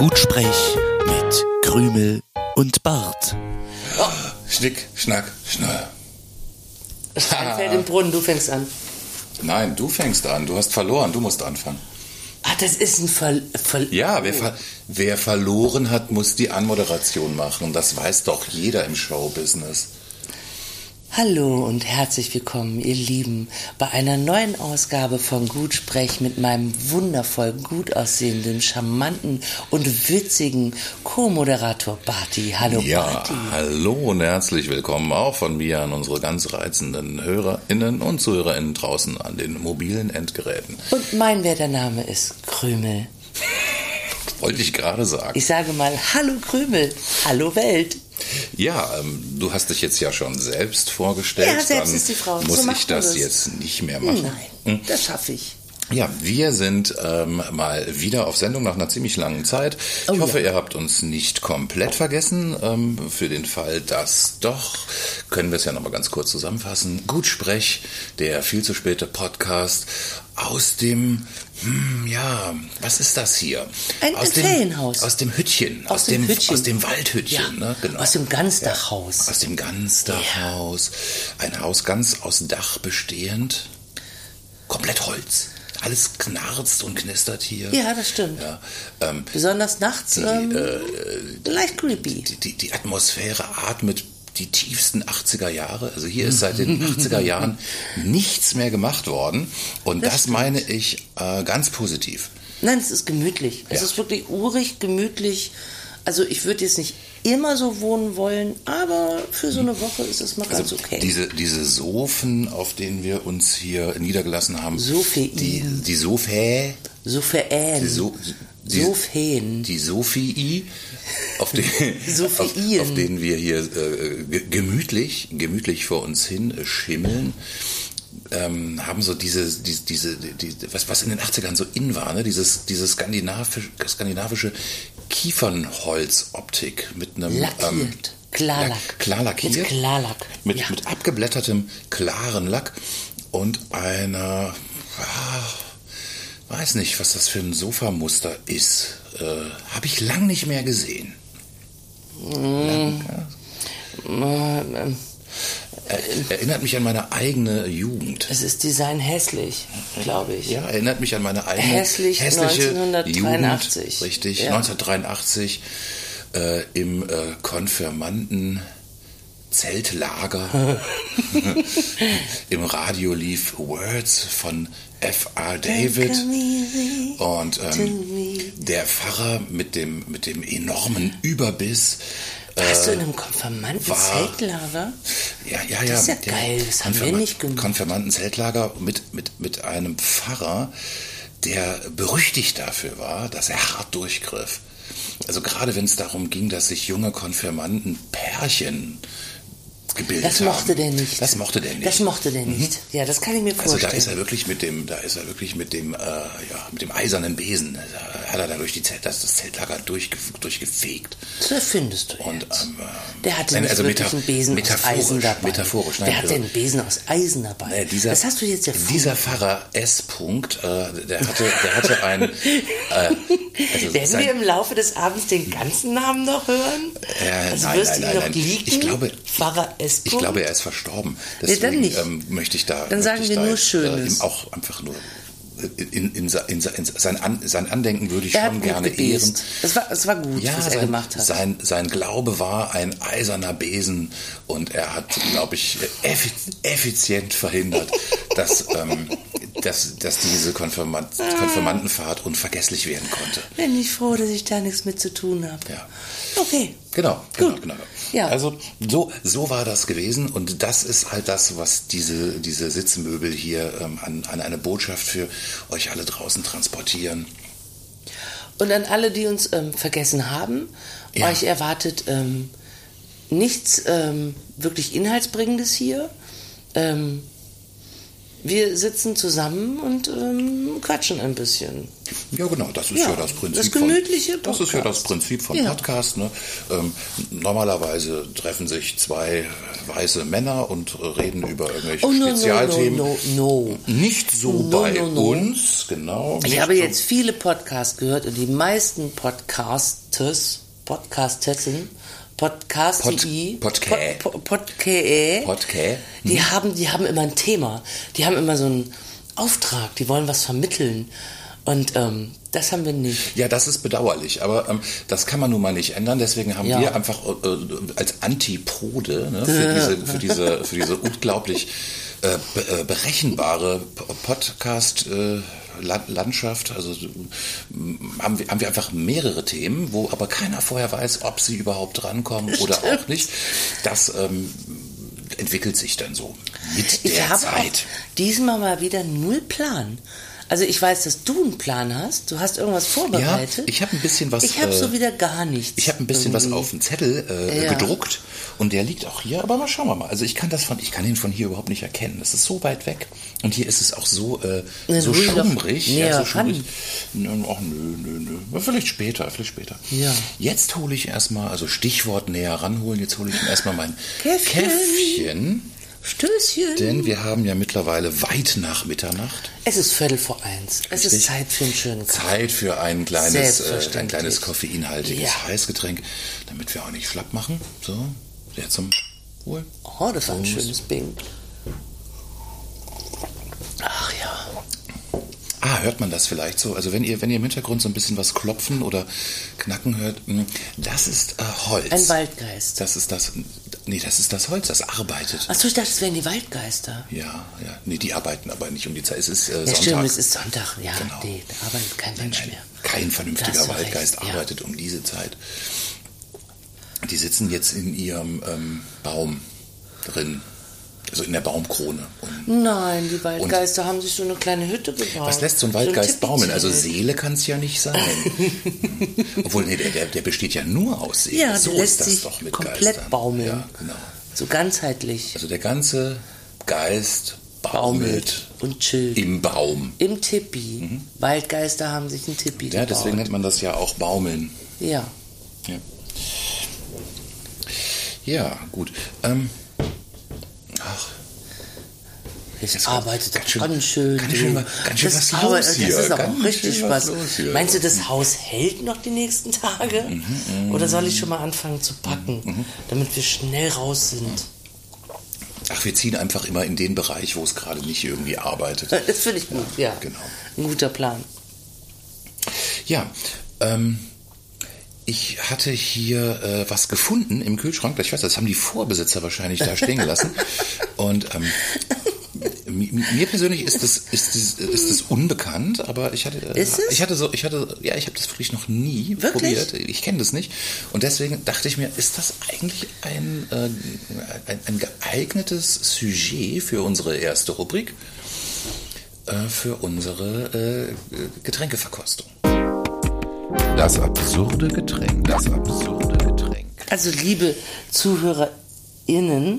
Gutsprech mit Krümel und Bart. Oh. Schnick, Schnack, Schnall. Ein Feld im Brunnen, du fängst an. Nein, du fängst an. Du hast verloren. Du musst anfangen. Ah, das ist ein Ja, wer verloren hat, muss die Anmoderation machen. Das weiß doch jeder im Showbusiness. Hallo und herzlich willkommen, ihr Lieben, bei einer neuen Ausgabe von Gutsprech mit meinem wundervoll gut aussehenden, charmanten und witzigen Co-Moderator Barty. Hallo Barty. Ja, hallo und herzlich willkommen auch von mir an unsere ganz reizenden HörerInnen und ZuhörerInnen draußen an den mobilen Endgeräten. Und mein Werdername ist Krümel. Wollte ich gerade sagen. Ich sage mal Hallo Krümel, Hallo Welt. Ja, du hast dich jetzt ja schon selbst vorgestellt. Ja, selbst dann ist die Frau. Muss so ich das jetzt nicht mehr machen? Nein, das schaffe ich. Ja, wir sind mal wieder auf Sendung nach einer ziemlich langen Zeit. Ich hoffe, ihr habt uns nicht komplett vergessen. Für den Fall, dass doch, können wir es ja nochmal ganz kurz zusammenfassen. Gutsprech, der viel zu späte Podcast aus dem, was ist das hier? Ein Ferienhaus. Aus dem Hüttchen. Aus dem Waldhüttchen. Ja, Ne? Genau. Aus dem Ganzdachhaus. Ja, aus dem Ganzdachhaus. Ja. Ein Haus ganz aus Dach bestehend. Komplett Holz. Alles knarzt und knistert hier. Ja, das stimmt. Ja, besonders nachts leicht creepy. Die Atmosphäre atmet die tiefsten 80er Jahre. Also hier ist seit den 80er Jahren nichts mehr gemacht worden. Und das meine ich ganz positiv. Nein, es ist gemütlich. Es ist wirklich urig, gemütlich. Also ich würde jetzt nicht immer so wohnen wollen, aber für so eine Woche ist es mal ganz okay. Diese Sofen, auf denen wir uns hier niedergelassen haben, die Sofäen, die Sophii, auf denen wir hier gemütlich vor uns hin schimmeln, haben so diese was in den 80ern so in war, ne? Diese skandinavische Kiefernholzoptik mit einem lackiert. Klar lackiert. Mit Klarlack. Mit abgeblättertem, klaren Lack und einer, weiß nicht, was das für ein Sofamuster ist. Habe ich lang nicht mehr gesehen. Erinnert mich an meine eigene Jugend. Es ist Design hässlich, glaube ich. Ja, erinnert mich an meine eigene hässliche 1983. Jugend. Richtig, ja. 1983 im Konfirmanden-Zeltlager. Im Radio lief Words von F.R. David und der Pfarrer mit dem enormen Überbiss. Warst du in einem Konfirmanden-Zeltlager? Ja. Das ist ja geil, das haben wir nicht gemacht. Konfirmanden-Zeltlager mit einem Pfarrer, der berüchtigt dafür war, dass er hart durchgriff. Also gerade wenn es darum ging, dass sich junge Konfirmanden-Pärchen gebildet haben. Das mochte der nicht. Ja, das kann ich mir vorstellen. Also da ist er wirklich mit dem eisernen Besen, hat er da durch das Zeltlager durchgefegt. Das findest du jetzt. Und, der hatte nicht wirklich einen Besen aus Eisen dabei. Metaphorisch, nein. Der hatte einen Besen aus Eisen dabei. Das hast du jetzt ja Dieser Pfarrer S. der hatte ein... Werden wir im Laufe des Abends den ganzen Namen noch hören? Nein. Ich glaube, Pfarrer S. Ich glaube, er ist verstorben. Deswegen dann nicht. Möchte ich da... Dann sagen wir nur Schönes. Ihm auch einfach nur... In sein Andenken würde ich schon gerne ehren. Es war gut, was er gemacht hat. Sein Glaube war ein eiserner Besen und er hat, glaube ich, effizient verhindert, dass diese Konfirmandenfahrt unvergesslich werden konnte. Bin ich froh, dass ich da nichts mit zu tun habe. Ja. Okay. Genau. Ja. Also so war das gewesen und das ist halt das, was diese Sitzmöbel hier an eine Botschaft für euch alle draußen transportieren. Und an alle, die uns vergessen haben, euch erwartet nichts wirklich Inhaltsbringendes hier. wir sitzen zusammen und quatschen ein bisschen. Ja, genau, das ist ja das Prinzip das gemütliche Das ist ja das Prinzip von Podcast. Ne? Normalerweise treffen sich zwei weiße Männer und reden über irgendwelche Spezialthemen. No. Nicht so bei uns, genau. Ich habe jetzt viele Podcasts gehört und die meisten Podcastessen, die haben immer ein Thema. Die haben immer so einen Auftrag, die wollen was vermitteln. Und das haben wir nicht. Ja, das ist bedauerlich, aber das kann man nun mal nicht ändern. Deswegen haben wir einfach als Antipode, ne, für diese unglaublich berechenbare Podcast Landschaft, also haben wir einfach mehrere Themen, wo aber keiner vorher weiß, ob sie überhaupt rankommen oder auch nicht. Das entwickelt sich dann so mit der Zeit. Ich habe diesmal mal wieder null Plan. Also ich weiß, dass du einen Plan hast. Du hast irgendwas vorbereitet. Ja, ich habe ein bisschen was. Ich habe so wieder gar nichts. Ich habe ein bisschen was auf den Zettel gedruckt und der liegt auch hier. Aber mal schauen wir mal. Also ich kann ihn von hier überhaupt nicht erkennen. Das ist so weit weg und hier ist es auch so schummrig. So schummrig. Ach nö. Vielleicht später. Ja. Jetzt hole ich erstmal, also Stichwort näher ranholen. Jetzt hole ich mir erstmal mein Käffchen. Stößchen. Denn wir haben ja mittlerweile weit nach Mitternacht. Es ist 1:15. Es ist Zeit für einen schönen Kaffee. Zeit für ein kleines koffeinhaltiges Heißgetränk, damit wir auch nicht schlapp machen. So, sehr zum Wohl. Oh, das war ein schönes Bing. Ach ja. Hört man das vielleicht so? Also wenn ihr im Hintergrund so ein bisschen was klopfen oder knacken hört, das ist Holz. Ein Waldgeist. Das ist das Holz, das arbeitet. Achso, ich dachte, es wären die Waldgeister. Ja. Nee, die arbeiten aber nicht um die Zeit. Es ist Sonntag. Stimmt, es ist Sonntag. Ja, genau. Nee, da arbeitet kein Mensch mehr. Kein vernünftiger Waldgeist arbeitet um diese Zeit. Die sitzen jetzt in ihrem Baum drin. Also in der Baumkrone. Nein, die Waldgeister haben sich so eine kleine Hütte gebaut. Was lässt so ein Waldgeist baumeln? Also Seele kann es ja nicht sein. Obwohl, nee, der besteht ja nur aus Seele. Ja, so der lässt ist das sich doch mit komplett Geistern. baumeln. Ja, genau. So ganzheitlich. Also der ganze Geist baumelt und chillt. Im Baum. Im Tipi. Waldgeister haben sich ein Tipi gebaut. Ja, deswegen nennt man das ja auch Baumeln. Ja. Ja, gut. Es arbeitet doch ganz schön. Ganz schön was los hier. Das ist aber auch richtig was. Los Meinst du, das Haus hält noch die nächsten Tage? Oder soll ich schon mal anfangen zu packen, damit wir schnell raus sind? Ach, wir ziehen einfach immer in den Bereich, wo es gerade nicht irgendwie arbeitet. Das finde ich gut, ja. Genau. Ein guter Plan. Ja, ich hatte hier was gefunden im Kühlschrank. Ich weiß, das haben die Vorbesitzer wahrscheinlich da stehen gelassen. Und mir persönlich ist das unbekannt, aber ich habe das wirklich noch nie probiert. Ich kenne das nicht. Und deswegen dachte ich mir, ist das eigentlich ein geeignetes Sujet für unsere erste Rubrik, für unsere Getränkeverkostung? Das absurde Getränk. Also, liebe ZuhörerInnen,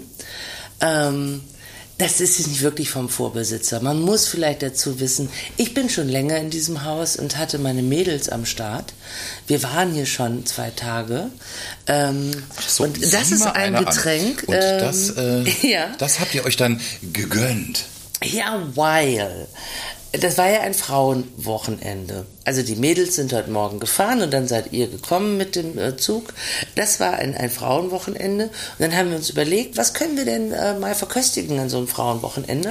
das ist jetzt nicht wirklich vom Vorbesitzer. Man muss vielleicht dazu wissen, ich bin schon länger in diesem Haus und hatte meine Mädels am Start. Wir waren hier schon 2 Tage. Und das ist ein Getränk. Und das habt ihr euch dann gegönnt. Ja, weil das war ja ein Frauenwochenende. Also die Mädels sind heute Morgen gefahren und dann seid ihr gekommen mit dem Zug. Das war ein Frauenwochenende. Und dann haben wir uns überlegt, was können wir denn mal verköstigen an so einem Frauenwochenende?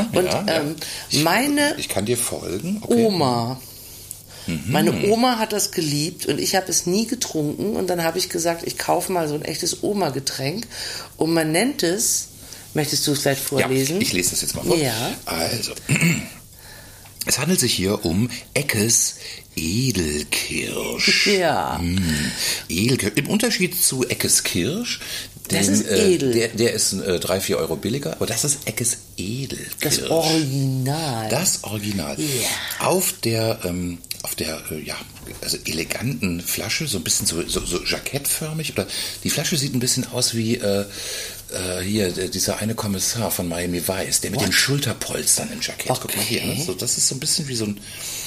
Ich kann dir folgen. Okay. Oma. Meine Oma hat das geliebt und ich habe es nie getrunken. Und dann habe ich gesagt, ich kaufe mal so ein echtes Oma-Getränk. Und man nennt es, möchtest du es vielleicht vorlesen? Ja, ich lese das jetzt mal vor. Ja. Also, es handelt sich hier um Eckes Edelkirsch. Ja. Edelkirsch. Im Unterschied zu Eckes Kirsch, das ist edel. Der ist 3-4 Euro billiger, aber das ist Eckes Edelkirsch. Das Original. Ja. Auf der eleganten Flasche, so ein bisschen so jackettförmig, oder die Flasche sieht ein bisschen aus wie hier, dieser eine Kommissar von Miami Vice, der mit den Schulterpolstern im Jackett. Okay. Guck mal hier, ne? So, das ist so ein bisschen wie so ein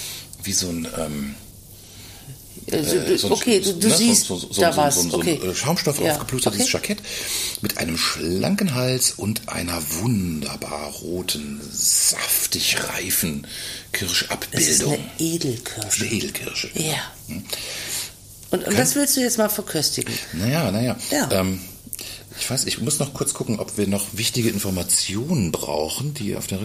du siehst da was. Okay. So ein Schaumstoff aufgeplustertes Jackett mit einem schlanken Hals und einer wunderbar roten, saftig reifen Kirschabbildung. Das ist eine Edelkirsche. Eine Edelkirsche. Ja. Und das willst du jetzt mal verköstigen? Naja. Ja. Ich muss noch kurz gucken, ob wir noch wichtige Informationen brauchen, die auf der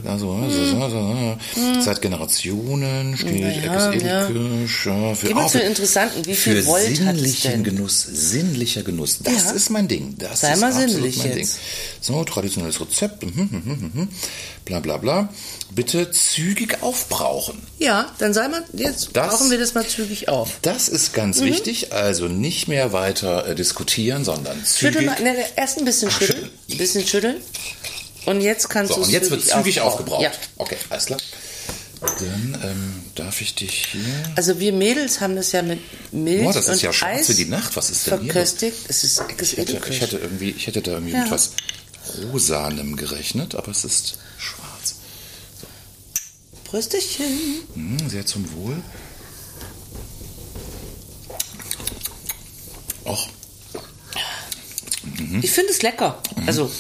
seit Generationen steht Edelkirsche. Geh mal zu den Interessanten, wie viel Volt hat es denn? Sinnlicher Genuss, das ist mein Ding. Das Sei ist mal absolut sinnlich mein jetzt. Ding. So, traditionelles Rezept, bla bla bla. Bitte zügig aufbrauchen. Ja, dann brauchen wir das mal zügig auf. Das ist ganz wichtig, also nicht mehr weiter diskutieren, sondern zügig. Schüttel mal, erst ein bisschen schütteln. Ein bisschen schütteln. Und jetzt kannst du es und jetzt wird zügig aufgebraucht. Ja. Okay, alles klar. Dann darf ich dich hier... Also wir Mädels haben das ja mit Milch das ist und ja schwarz Eis für die Nacht. Was ist denn hier? Verköstigt. Es ist Ich hätte da irgendwie mit was Rosanem gerechnet, aber es ist schwarz. Prösterchen. Sehr zum Wohl. Och. Ich finde es lecker. Also...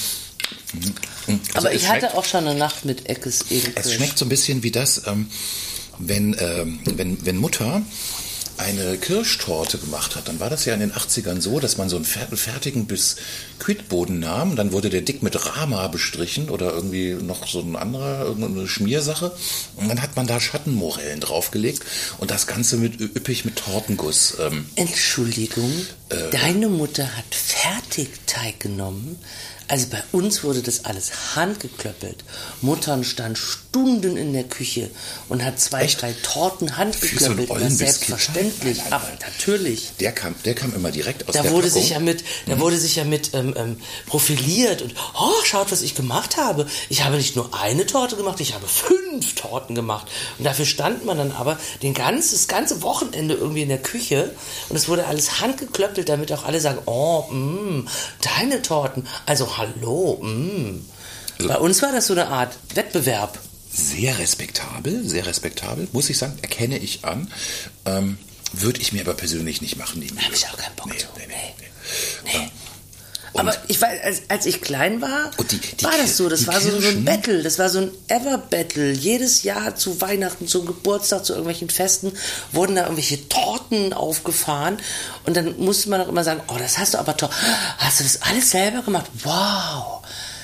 Aber ich hatte auch schon eine Nacht mit Eckes Edelkirsch. Es schmeckt so ein bisschen wie das, wenn Mutter eine Kirschtorte gemacht hat, dann war das ja in den 80ern so, dass man so einen fertigen Biskuitboden nahm, dann wurde der dick mit Rama bestrichen oder irgendwie noch so irgendeine Schmiersache und dann hat man da Schattenmorellen draufgelegt und das Ganze üppig mit Tortenguss. Entschuldigung, deine Mutter hat Fertigteig genommen? Also bei uns wurde das alles handgeklöppelt. Muttern stand Stunden in der Küche und hat 2, 3 Torten handgeklöppelt. Das ist selbstverständlich, Nein. aber natürlich. Der kam immer direkt aus der Packung. Da wurde sich ja mit profiliert und schaut, was ich gemacht habe. Ich habe nicht nur eine Torte gemacht, ich habe 5 Torten gemacht. Und dafür stand man dann aber das ganze Wochenende irgendwie in der Küche und es wurde alles handgeklöppelt, damit auch alle sagen, deine Torten. Also hallo, Also, bei uns war das so eine Art Wettbewerb. Sehr respektabel, muss ich sagen, erkenne ich an. Würde ich mir aber persönlich nicht machen. Habe ich auch keinen Bock zu. Nee. Und aber ich weiß, als ich klein war, die war das so. Das war so Kirschen? ein Battle. Das war so ein Ever-Battle. Jedes Jahr zu Weihnachten, zum Geburtstag, zu irgendwelchen Festen wurden da irgendwelche Torten aufgefahren. Und dann musste man auch immer sagen, das hast du aber toll. Hast du das alles selber gemacht? Wow.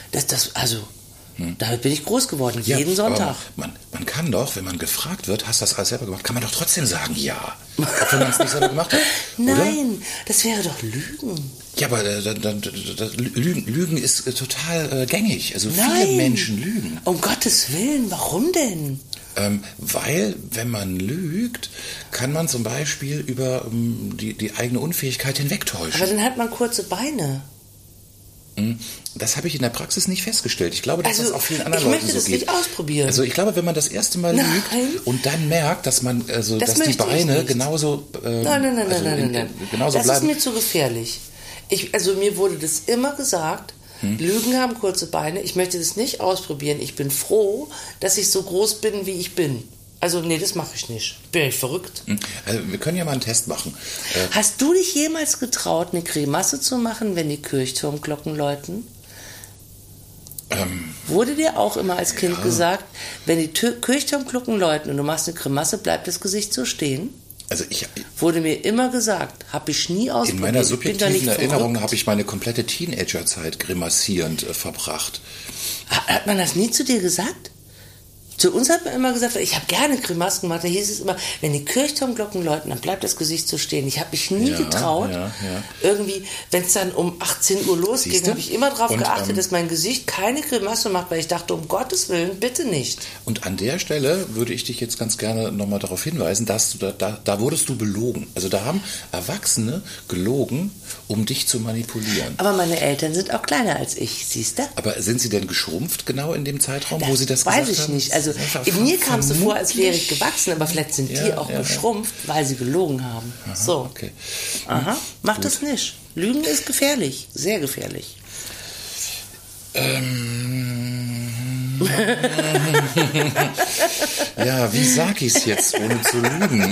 Damit bin ich groß geworden, jeden Sonntag. Man kann doch, wenn man gefragt wird, hast du das alles selber gemacht, kann man doch trotzdem sagen, ja. Auch wenn man es nicht selber gemacht hat. Nein, das wäre doch Lügen. Ja, aber Lügen ist total gängig. Also viele Menschen lügen. Um Gottes Willen, warum denn? Weil, wenn man lügt, kann man zum Beispiel über die eigene Unfähigkeit hinwegtäuschen. Aber dann hat man kurze Beine. Das habe ich in der Praxis nicht festgestellt. Ich glaube, dass das auch vielen anderen Leuten so geht. Ich möchte das nicht ausprobieren. Also ich glaube, wenn man das erste Mal lügt und dann merkt, dass man, dass die Beine genauso Nein. genauso das bleiben. ist mir zu gefährlich. Mir wurde das immer gesagt, Lügen haben kurze Beine. Ich möchte das nicht ausprobieren. Ich bin froh, dass ich so groß bin, wie ich bin. Also nee, das mache ich nicht. Bin ich verrückt. Also, wir können ja mal einen Test machen. Hast du dich jemals getraut, eine Grimasse zu machen, wenn die Kirchturmglocken läuten? Wurde dir auch immer als Kind gesagt, wenn die Kirchturmglocken läuten und du machst eine Grimasse, bleibt das Gesicht so stehen? Also wurde mir immer gesagt, habe ich nie ausprobiert. In meiner subjektiven Erinnerung habe ich meine komplette Teenagerzeit grimassierend verbracht. Hat man das nie zu dir gesagt? Zu uns hat man immer gesagt, ich habe gerne Grimassen gemacht. Da hieß es immer, wenn die Kirchturmglocken läuten, dann bleibt das Gesicht so stehen. Ich habe mich nie getraut. Irgendwie, wenn es dann um 18 Uhr losging, habe ich immer darauf geachtet, dass mein Gesicht keine Grimasse macht, weil ich dachte, um Gottes Willen, bitte nicht. Und an der Stelle würde ich dich jetzt ganz gerne nochmal darauf hinweisen, dass da wurdest du belogen. Also da haben Erwachsene gelogen, um dich zu manipulieren. Aber meine Eltern sind auch kleiner als ich, siehst du? Aber sind sie denn geschrumpft genau in dem Zeitraum, wo sie das gesagt haben? Weiß ich nicht. Also mir kam es so vor, als wäre ich gewachsen, aber vielleicht sind die auch geschrumpft, weil sie gelogen haben. Aha, so. Okay. Aha, mach das nicht. Lügen ist gefährlich, sehr gefährlich. Ja, wie sag ich's jetzt, ohne zu lügen?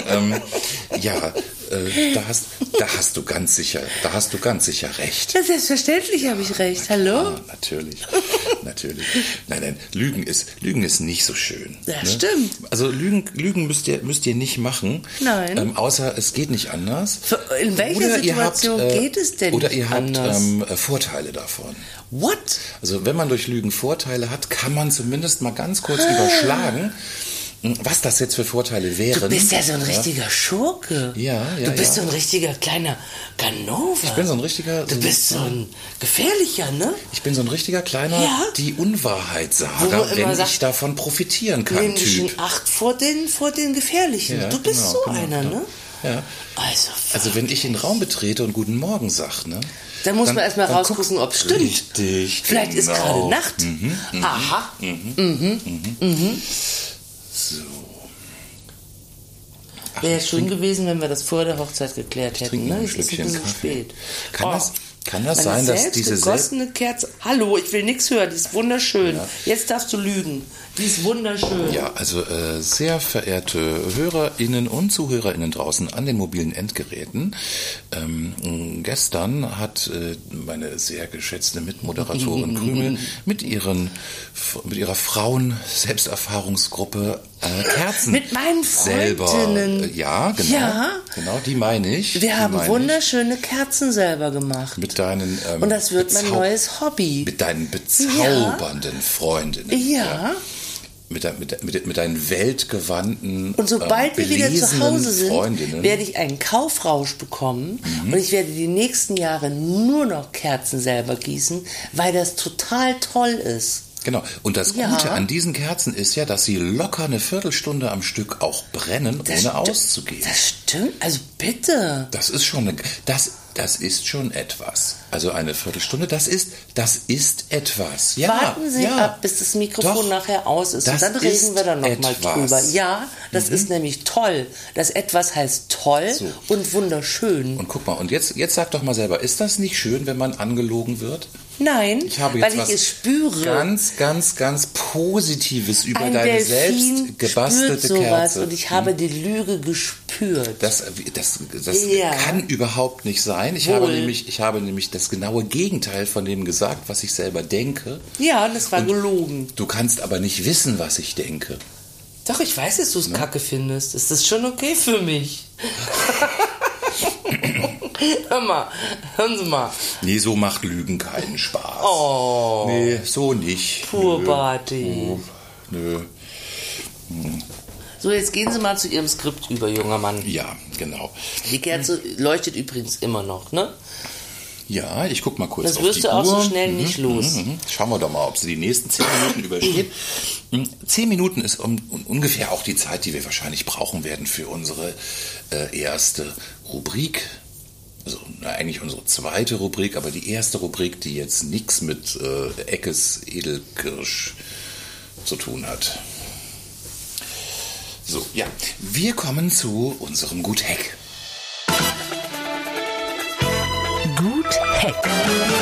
Da hast du ganz sicher recht. Ja, selbstverständlich habe ich recht. Hallo? Ah, natürlich. Nein, Lügen ist nicht so schön. Das stimmt. Also Lügen müsst ihr nicht machen. Nein. Außer es geht nicht anders. In welcher Situation geht es denn oder nicht ihr habt anders? Vorteile davon. What? Also wenn man durch Lügen Vorteile hat, kann man zumindest mal ganz kurz überschlagen, was das jetzt für Vorteile wären. Du bist ja so ein richtiger Schurke. Ja. Du bist so ein richtiger kleiner Ganova. Ich bin so ein richtiger... Du bist so ein gefährlicher, ne? Ich bin so ein richtiger kleiner, die Unwahrheitssager, wenn ich davon profitieren kann, nimm dich in Acht vor den Gefährlichen. Ja, du bist so einer, ne? Ja. Also wenn ich den Raum betrete und Guten Morgen sag, ne? Dann muss man erstmal rausgucken, ob es stimmt. Richtig, Vielleicht ist gerade Nacht. Aha. So. Wäre schön gewesen, wenn wir das vor der Hochzeit geklärt hätten. Ne? Ein Es ist Schlückchen ein bisschen Kaffee. spät. Kann das sein, dass diese gegossene Kerze... Hallo, ich will nichts hören, die ist wunderschön. Ja. Jetzt darfst du lügen. Die ist wunderschön. Ja, also sehr verehrte HörerInnen und ZuhörerInnen draußen an den mobilen Endgeräten. Gestern hat meine sehr geschätzte Mitmoderatorin Krümel mit ihrer Frauen-Selbsterfahrungsgruppe Kerzen mit meinen Freundinnen. Selber. Ja, genau. Ja. Genau, die meine ich. Wir haben wunderschöne Kerzen selber gemacht. Mit deinen und das wird mein neues Hobby. Mit deinen bezaubernden Freundinnen. Ja. Mit deinen weltgewandten und sobald wir wieder zu Hause sind, Freundinnen, werde ich einen Kaufrausch bekommen und ich werde die nächsten Jahre nur noch Kerzen selber gießen, weil das total toll ist. Genau. Und das Gute an diesen Kerzen ist ja, dass sie locker eine Viertelstunde am Stück auch brennen, ohne auszugehen. Das stimmt. Also bitte. Das ist schon das ist schon etwas. Also eine Viertelstunde, das ist etwas. Ja, warten Sie ab, bis das Mikrofon nachher aus ist. Und dann reden wir dann nochmal drüber. Ja, das ist nämlich toll. Das etwas heißt toll und wunderschön. Und guck mal, und jetzt sag doch mal selber, ist das nicht schön, wenn man angelogen wird? Nein, weil ich es spüre. Ganz, ganz, ganz Positives über deine selbst gebastelte Kerze. Und ich habe die Lüge gespürt. Das kann überhaupt nicht sein. Ich habe nämlich das genaue Gegenteil von dem gesagt, was ich selber denke. Ja, und es war gelogen. Du kannst aber nicht wissen, was ich denke. Doch, ich weiß, dass du es kacke findest. Ist das schon okay für mich? Hören Sie mal. Nee, so macht Lügen keinen Spaß. Oh. Nee, so nicht. Pur Barty. Nö. So, jetzt gehen Sie mal zu Ihrem Skript über, junger Mann. Ja, genau. Die Kerze leuchtet übrigens immer noch, ne? Ja, ich guck mal kurz auf die Uhr. Das wirst du auch so schnell nicht los. Schauen wir doch mal, ob sie die nächsten 10 Minuten übersteht. 10 Minuten ist ungefähr auch die Zeit, die wir wahrscheinlich brauchen werden für unsere erste Rubrik. Also eigentlich unsere zweite Rubrik, aber die erste Rubrik, die jetzt nichts mit Eckes Edelkirsch zu tun hat. So, ja, wir kommen zu unserem Gut-Hack. Gut-Hack.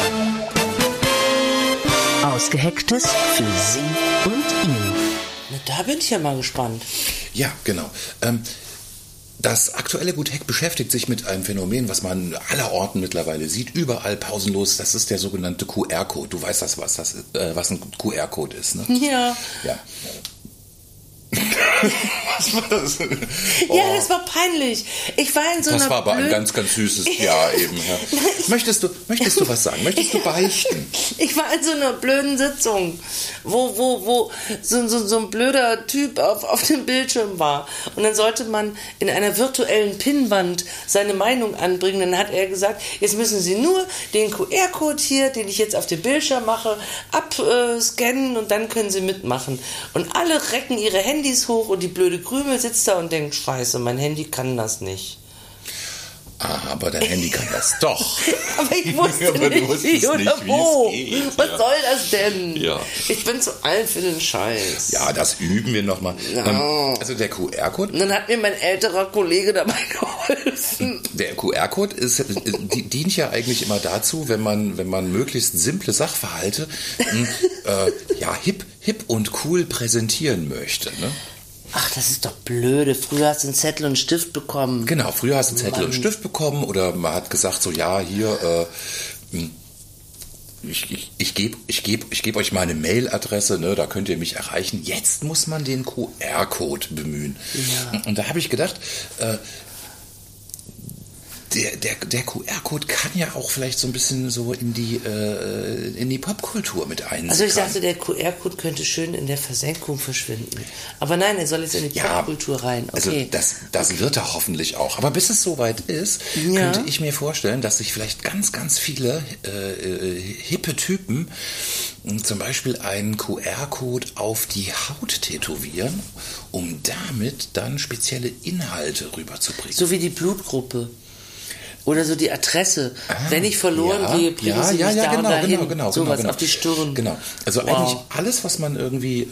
Ausgehacktes für Sie und ihn. Na, da bin ich ja mal gespannt. Ja, genau. Das aktuelle Gut-Hack beschäftigt sich mit einem Phänomen, was man allerorten mittlerweile sieht, überall pausenlos. Das ist der sogenannte QR-Code. Du weißt was ein QR-Code ist, ne? Ja. Ja. Was war das? Oh. Ja, das war peinlich. Ich war in so einer Das war aber ein ganz, ganz süßes Jahr eben. Ja. Möchtest du was sagen? Möchtest du beichten? Ich war in so einer blöden Sitzung, wo so ein blöder Typ auf dem Bildschirm war. Und dann sollte man in einer virtuellen Pinnwand seine Meinung anbringen. Dann hat er gesagt, jetzt müssen Sie nur den QR-Code hier, den ich jetzt auf dem Bildschirm mache, abscannen und dann können Sie mitmachen. Und alle recken ihre Handys hoch und die blöde Krümel sitzt da und denkt, scheiße, mein Handy kann das nicht. Aber dein Handy kann das doch. Aber ich wusste Aber du nicht, wusstest wie oder nicht, wie wo. es geht, Was ja. soll das denn? Ja. Ich bin zu alt für den Scheiß. Ja, das üben wir nochmal. Ja. Also der QR-Code. Und dann hat mir mein älterer Kollege dabei geholfen. Der QR-Code dient ja eigentlich immer dazu, wenn man möglichst simple Sachverhalte hip und cool präsentieren möchte. Ne? Ach, das ist doch blöde. Früher hast du einen Zettel und einen Stift bekommen. Genau, früher hast du einen Zettel und einen Stift bekommen oder man hat gesagt so, ja, hier, ich geb euch meine Mailadresse, ne, da könnt ihr mich erreichen. Jetzt muss man den QR-Code bemühen. Ja. Und da habe ich gedacht, der QR-Code kann ja auch vielleicht so ein bisschen so in die Popkultur mit einsickern. Also ich dachte, der QR-Code könnte schön in der Versenkung verschwinden. Aber nein, er soll jetzt in die Popkultur rein. Okay. Also das wird er hoffentlich auch. Aber bis es soweit ist, könnte ich mir vorstellen, dass sich vielleicht ganz, ganz viele hippe Typen zum Beispiel einen QR-Code auf die Haut tätowieren, um damit dann spezielle Inhalte rüberzubringen. So wie die Blutgruppe. Oder so die Adresse. Wenn ich verloren gehe, bringen Sie mich da und dahin. Genau. Sowas auf die Stirn. Genau. Also eigentlich alles, was man irgendwie,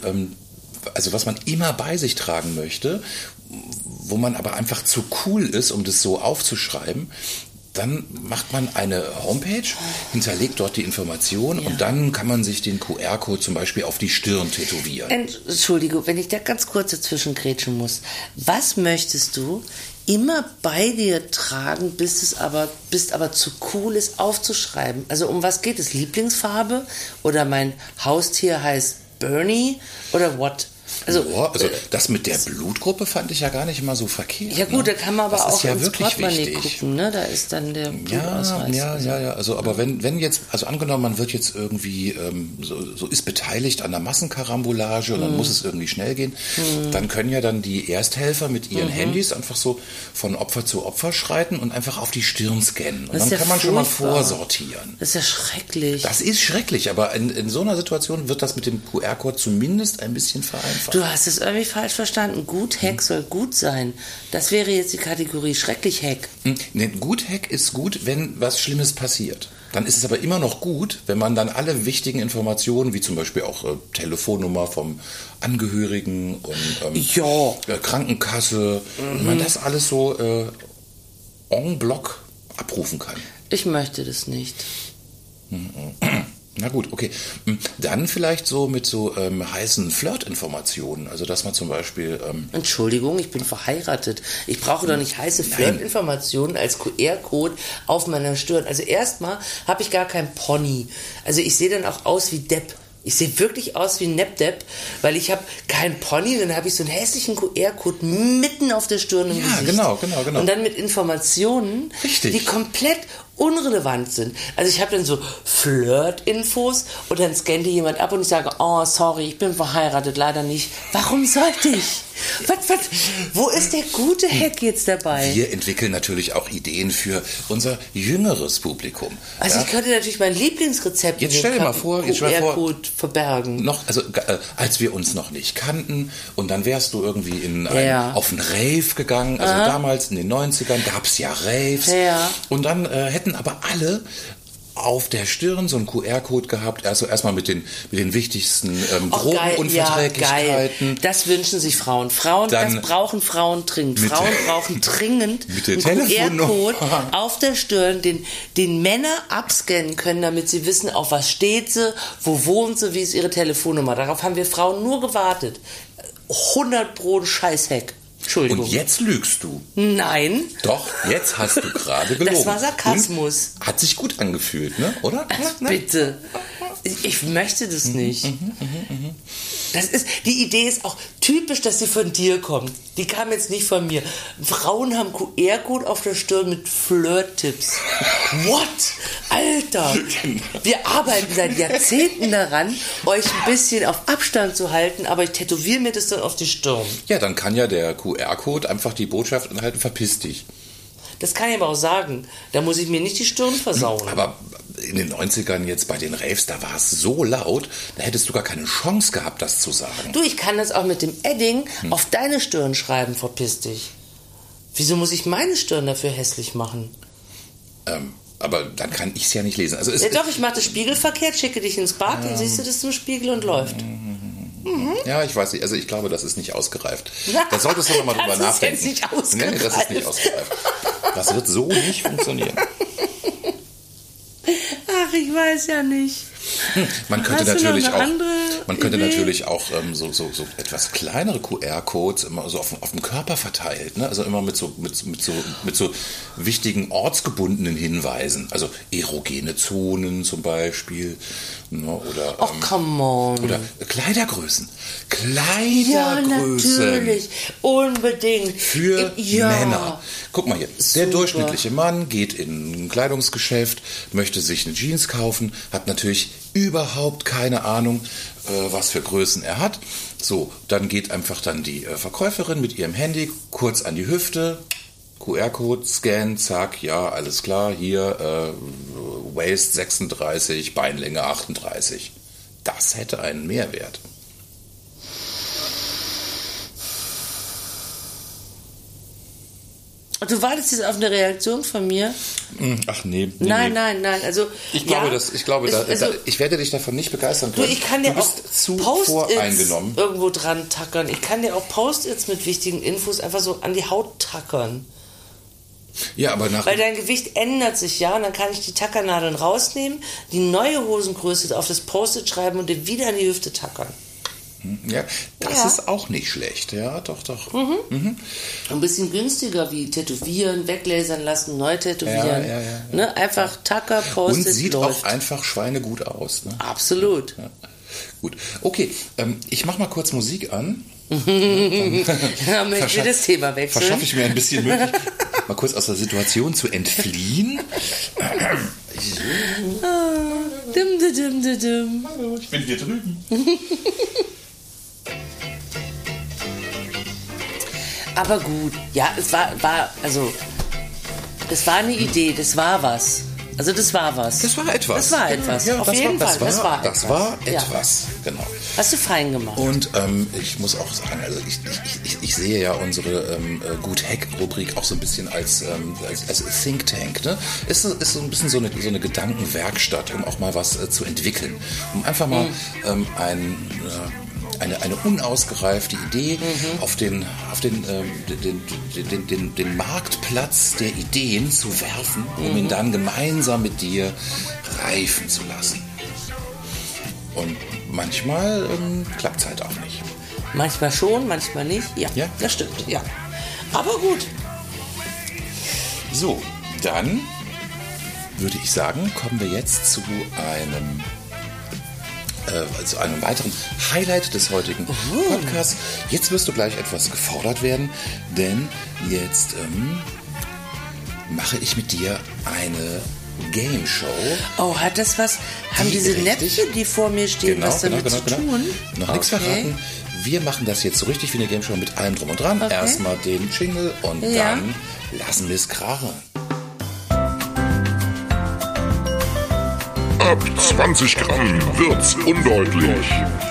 was man immer bei sich tragen möchte, wo man aber einfach zu cool ist, um das so aufzuschreiben, dann macht man eine Homepage, hinterlegt dort die Information und dann kann man sich den QR-Code zum Beispiel auf die Stirn tätowieren. Entschuldigung, wenn ich da ganz kurz dazwischen grätschen muss. Was möchtest du immer bei dir tragen, bis aber zu cool ist aufzuschreiben? Also um was geht es? Lieblingsfarbe? Oder mein Haustier heißt Bernie? Oder what? Also das mit der Blutgruppe fand ich ja gar nicht mal so verkehrt. Ja gut, ne? da kann man aber das auch ja ins Portemonnaie wichtig. gucken, ne? Da ist dann der Blutausweis. Ja. Also, aber wenn jetzt, also angenommen, man wird jetzt irgendwie, so ist beteiligt an der Massenkarambolage und dann muss es irgendwie schnell gehen, dann können ja dann die Ersthelfer mit ihren Handys einfach so von Opfer zu Opfer schreiten und einfach auf die Stirn scannen. Und dann kann man schon mal vorsortieren. Das ist ja schrecklich. Das ist schrecklich, aber in so einer Situation wird das mit dem QR-Code zumindest ein bisschen vereinfacht. Du hast es irgendwie falsch verstanden. Gut Hack soll gut sein. Das wäre jetzt die Kategorie schrecklich Hack. Ne, gut Hack ist gut, wenn was Schlimmes passiert. Dann ist es aber immer noch gut, wenn man dann alle wichtigen Informationen, wie zum Beispiel auch Telefonnummer vom Angehörigen und Krankenkasse, wenn man das alles so en bloc abrufen kann. Ich möchte das nicht. Na gut, okay. Dann vielleicht so mit so heißen Flirt-Informationen. Also dass man zum Beispiel... Entschuldigung, ich bin verheiratet. Ich brauche doch nicht heiße Flirt-Informationen als QR-Code auf meiner Stirn. Also erstmal habe ich gar kein Pony. Also ich sehe dann auch aus wie Depp. Ich sehe wirklich aus wie ein Nepp-Depp, weil ich habe keinen Pony, dann habe ich so einen hässlichen QR-Code mitten auf der Stirn im Gesicht. Genau. Und dann mit Informationen, die komplett unrelevant sind. Also ich habe dann so Flirt-Infos und dann scannt die jemand ab und ich sage, oh, sorry, ich bin verheiratet, leider nicht. Warum sollte ich? Wo ist der gute Hack jetzt dabei? Wir entwickeln natürlich auch Ideen für unser jüngeres Publikum. Also ich könnte natürlich mein Lieblingsrezept jetzt stell dir mal vor, QR-Code verbergen. Als wir uns noch nicht kannten und dann wärst du irgendwie auf einen Rave gegangen. Also damals in den 90ern gab es ja Raves. Ja. Und dann hätten aber alle auf der Stirn so einen QR-Code gehabt, also erstmal mit den wichtigsten Drogenunverträglichkeiten. Ja, das wünschen sich Frauen. Das brauchen Frauen dringend. Frauen brauchen dringend einen QR-Code auf der Stirn, den Männer abscannen können, damit sie wissen, auf was steht sie, wo wohnt sie, wie ist ihre Telefonnummer. Darauf haben wir Frauen nur gewartet. 100 Pro Scheißhack. Entschuldigung. Und jetzt lügst du. Nein. Doch, jetzt hast du gerade gelogen. Das war Sarkasmus. Und hat sich gut angefühlt, ne? Oder? Bitte. Ich möchte das nicht. Die Idee ist auch typisch, dass sie von dir kommt. Die kam jetzt nicht von mir. Frauen haben QR-Code auf der Stirn mit Flirt-Tipps. What? Alter! Wir arbeiten seit Jahrzehnten daran, euch ein bisschen auf Abstand zu halten, aber ich tätowiere mir das dann auf die Stirn. Ja, dann kann ja der QR-Code einfach die Botschaft enthalten, verpiss dich. Das kann ich aber auch sagen. Da muss ich mir nicht die Stirn versauen. Aber in den 90ern jetzt bei den Raves, da war es so laut, da hättest du gar keine Chance gehabt, das zu sagen. Du, ich kann das auch mit dem Edding auf deine Stirn schreiben, verpiss dich. Wieso muss ich meine Stirn dafür hässlich machen? Aber dann kann ich es ja nicht lesen. Also Doch, ich mache das spiegelverkehrt, schicke dich ins Bad, dann siehst du das zum Spiegel und läuft. Ja, ich weiß nicht. Also ich glaube, das ist nicht ausgereift. Da solltest du nochmal drüber nachdenken. Das ist jetzt nicht ausgereift. Nee, das ist nicht ausgereift. Das wird so nicht funktionieren. Ach, ich weiß ja nicht. Man könnte Hast du noch natürlich eine auch, andere Idee? so etwas kleinere QR-Codes immer so auf dem Körper verteilt, ne? Also immer mit so wichtigen ortsgebundenen Hinweisen, also erogene Zonen zum Beispiel, ne? Oder come on. oder Kleidergrößen. Ja, natürlich. Unbedingt. Für Männer. Guck mal hier, der Super. durchschnittliche Mann geht in ein Kleidungsgeschäft, möchte sich eine Jeans kaufen, hat natürlich überhaupt keine Ahnung, was für Größen er hat. So, dann geht einfach dann die Verkäuferin mit ihrem Handy kurz an die Hüfte, QR-Code, Scan, zack, ja, alles klar, hier Waist 36, Beinlänge 38. Das hätte einen Mehrwert. Du wartest jetzt auf eine Reaktion von mir? Ach nee. Nein. Also, Ich werde dich davon nicht begeistern können. Ich kann dir du auch bist zu Post-its voreingenommen. irgendwo dran tackern. Ich kann dir auch Post-its mit wichtigen Infos einfach so an die Haut tackern. Ja, aber Weil dein Gewicht ändert sich ja und dann kann ich die Tackernadeln rausnehmen, die neue Hosengröße auf das Post-it schreiben und dir wieder an die Hüfte tackern. Ja, das ist auch nicht schlecht. Ja, doch. Ein bisschen günstiger wie tätowieren, weglasern lassen, neu tätowieren. Ja. Ne? Einfach Tacker, Post-it, Und sieht läuft. auch einfach schweinegut aus. Ne? Absolut. Ja. Gut, okay, ich mach mal kurz Musik an. Ja, möchten wir das Thema wechseln? Verschaffe ich mir ein bisschen Möglichkeit, mal kurz aus der Situation zu entfliehen. Dim. Hallo, ich bin hier drüben. Aber gut, ja, es war eine Idee, das war was. Also das war was. Das war etwas. Ja, auf jeden Fall. Das war etwas. Genau. Hast du fein gemacht. Und ich muss auch sagen, also ich sehe ja unsere Gut-Hack-Rubrik auch so ein bisschen als Think Tank. Ne? Ist so ein bisschen so eine Gedankenwerkstatt, um auch mal was zu entwickeln. Um einfach mal eine unausgereifte Idee auf den Marktplatz der Ideen zu werfen, um ihn dann gemeinsam mit dir reifen zu lassen. Und manchmal klappt es halt auch nicht. Manchmal schon, manchmal nicht. Ja, das stimmt. Ja. Aber gut. So, dann würde ich sagen, kommen wir jetzt zu einem weiteren Highlight des heutigen Podcasts. Jetzt wirst du gleich etwas gefordert werden, denn jetzt mache ich mit dir eine Game Show. Oh, hat das was? Haben diese Näpfchen, die vor mir stehen, was damit zu tun? Noch nichts verraten. Wir machen das jetzt so richtig wie eine Game Show mit allem drum und dran. Erstmal den Jingle und dann lassen wir es krachen. Ab 20 Gramm wird's undeutlich.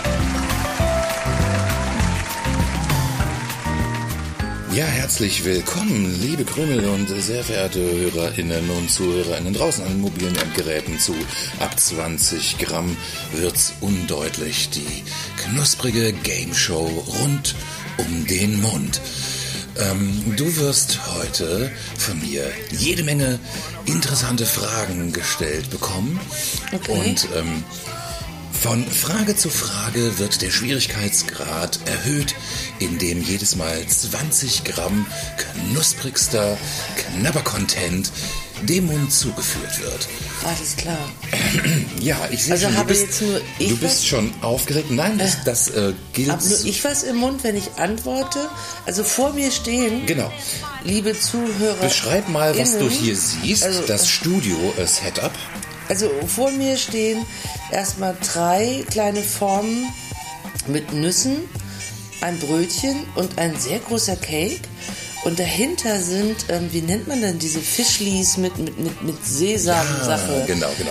Ja, herzlich willkommen, liebe Krümel und sehr verehrte HörerInnen und ZuhörerInnen draußen an den mobilen Endgeräten zu Ab 20 Gramm wird's undeutlich. Die knusprige Game Show rund um den Mund. Du wirst heute von mir jede Menge interessante Fragen gestellt bekommen. Okay. Und von Frage zu Frage wird der Schwierigkeitsgrad erhöht, indem jedes Mal 20 Gramm knusprigster Knabber-Content dem Mund zugeführt wird. Alles klar. Ja, ich sehe schon, du bist schon aufgeregt. Nein, das gilt. Hab nur ich was im Mund, wenn ich antworte? Also vor mir stehen, genau. Liebe Zuhörer. Beschreib mal, was du hier siehst, das Studio-Setup. Also vor mir stehen erstmal 3 kleine Formen mit Nüssen, ein Brötchen und ein sehr großer Cake. Und dahinter sind, wie nennt man denn diese Fischlis mit Sesamsache? Ja, genau.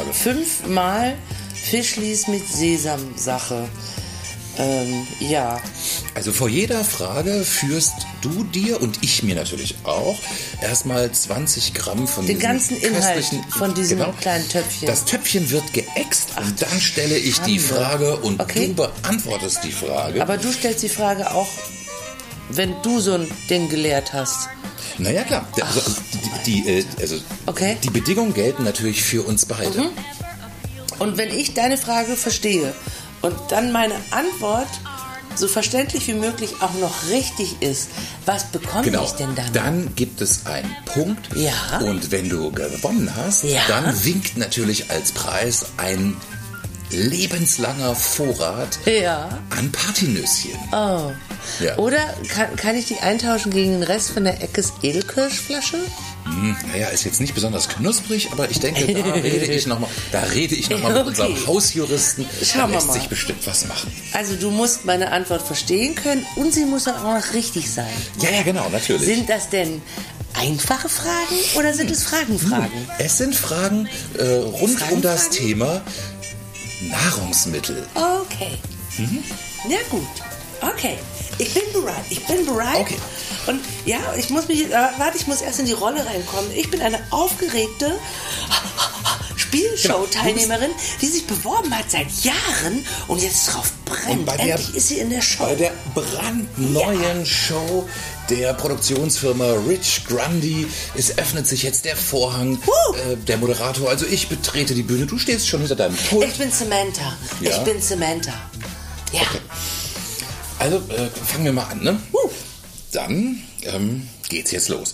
5-mal Fischlis mit Sesamsache. Ja. Also vor jeder Frage führst du dir und ich mir natürlich auch erstmal 20 Gramm von den diesem ganzen Inhalt von diesem kleinen Töpfchen. Das Töpfchen wird geäxt und dann stelle ich die Frage und du beantwortest die Frage. Aber du stellst die Frage auch, wenn du so ein Ding geleert hast. Naja, klar. Die Bedingungen gelten natürlich für uns beide. Mhm. Und wenn ich deine Frage verstehe und dann meine Antwort so verständlich wie möglich auch noch richtig ist, was bekomme ich denn dann? Dann gibt es einen Punkt. Ja. Und wenn du gewonnen hast, dann winkt natürlich als Preis ein lebenslanger Vorrat an Partynüsschen. Oh. Ja. Oder kann ich die eintauschen gegen den Rest von der Eckes Edelkirschflasche? Naja, ist jetzt nicht besonders knusprig, aber ich denke, da rede ich nochmal mit unserem Hausjuristen. Da lässt sich bestimmt was machen. Also du musst meine Antwort verstehen können und sie muss dann auch noch richtig sein. Ja, genau, natürlich. Sind das denn einfache Fragen oder sind es Fragen? Es sind Fragen rund um das Thema Nahrungsmittel. Okay. Ja gut. Okay. Ich bin bereit. Okay. Und ja, ich muss erst in die Rolle reinkommen. Ich bin eine aufgeregte Spielshow-Teilnehmerin, die sich beworben hat seit Jahren und jetzt drauf brennt. Endlich ist sie in der Show. Bei der brandneuen Show der Produktionsfirma Rich Grundy. Es öffnet sich jetzt der Vorhang. Der Moderator, also ich betrete die Bühne. Du stehst schon hinter deinem Pult. Ich bin Samantha. Ja? Ich bin Samantha. Ja. Okay. Also fangen wir mal an, ne? Dann geht's jetzt los.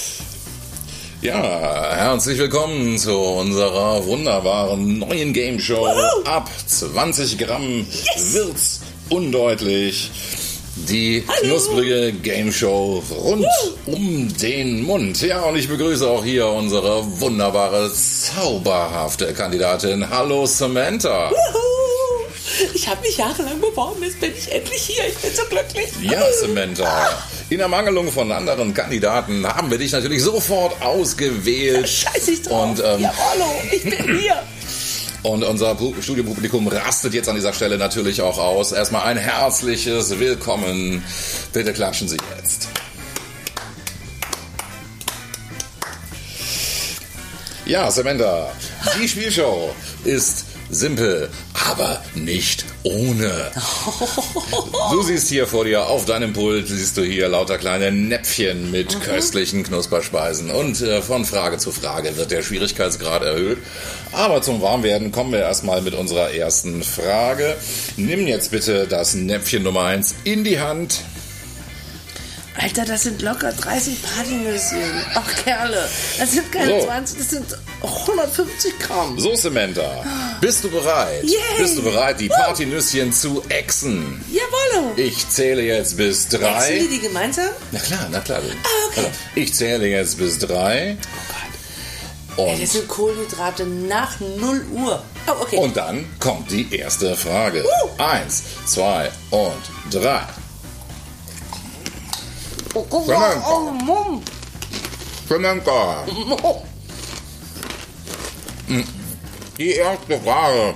Ja, herzlich willkommen zu unserer wunderbaren neuen Game Show. Ab 20 Gramm wird's undeutlich. Die knusprige Game Show rund um den Mund. Ja, und ich begrüße auch hier unsere wunderbare, zauberhafte Kandidatin. Hallo Samantha. Ich habe mich jahrelang beworben, jetzt bin ich endlich hier. Ich bin so glücklich. Ja, Samantha. In Ermangelung von anderen Kandidaten haben wir dich natürlich sofort ausgewählt. Scheiß ich drauf. Und, ja, hallo, ich bin hier. Und unser Studiopublikum rastet jetzt an dieser Stelle natürlich auch aus. Erstmal ein herzliches Willkommen. Bitte klatschen Sie jetzt. Ja, Samantha, die Spielshow ist simpel, aber nicht ohne. Du siehst hier vor dir auf deinem Pult, siehst du hier lauter kleine Näpfchen mit köstlichen Knusperspeisen. Und von Frage zu Frage wird der Schwierigkeitsgrad erhöht. Aber zum Warmwerden kommen wir erstmal mit unserer ersten Frage. Nimm jetzt bitte das Näpfchen Nummer 1 in die Hand. Alter, das sind locker 30 Partynüsschen. Ach, Kerle, das sind keine 20, das sind 150 Gramm. So, Samantha, bist du bereit? Yay. Bist du bereit, die Partynüsschen zu ächzen? Jawollo. Ich zähle jetzt bis 3. Ächzen die gemeinsam? Na klar. Okay. Ich zähle jetzt bis 3. Oh Gott. Das sind Kohlenhydrate nach 0 Uhr. Oh, okay. Und dann kommt die erste Frage. 1, 2 und 3. Samantha. Die erste Frage.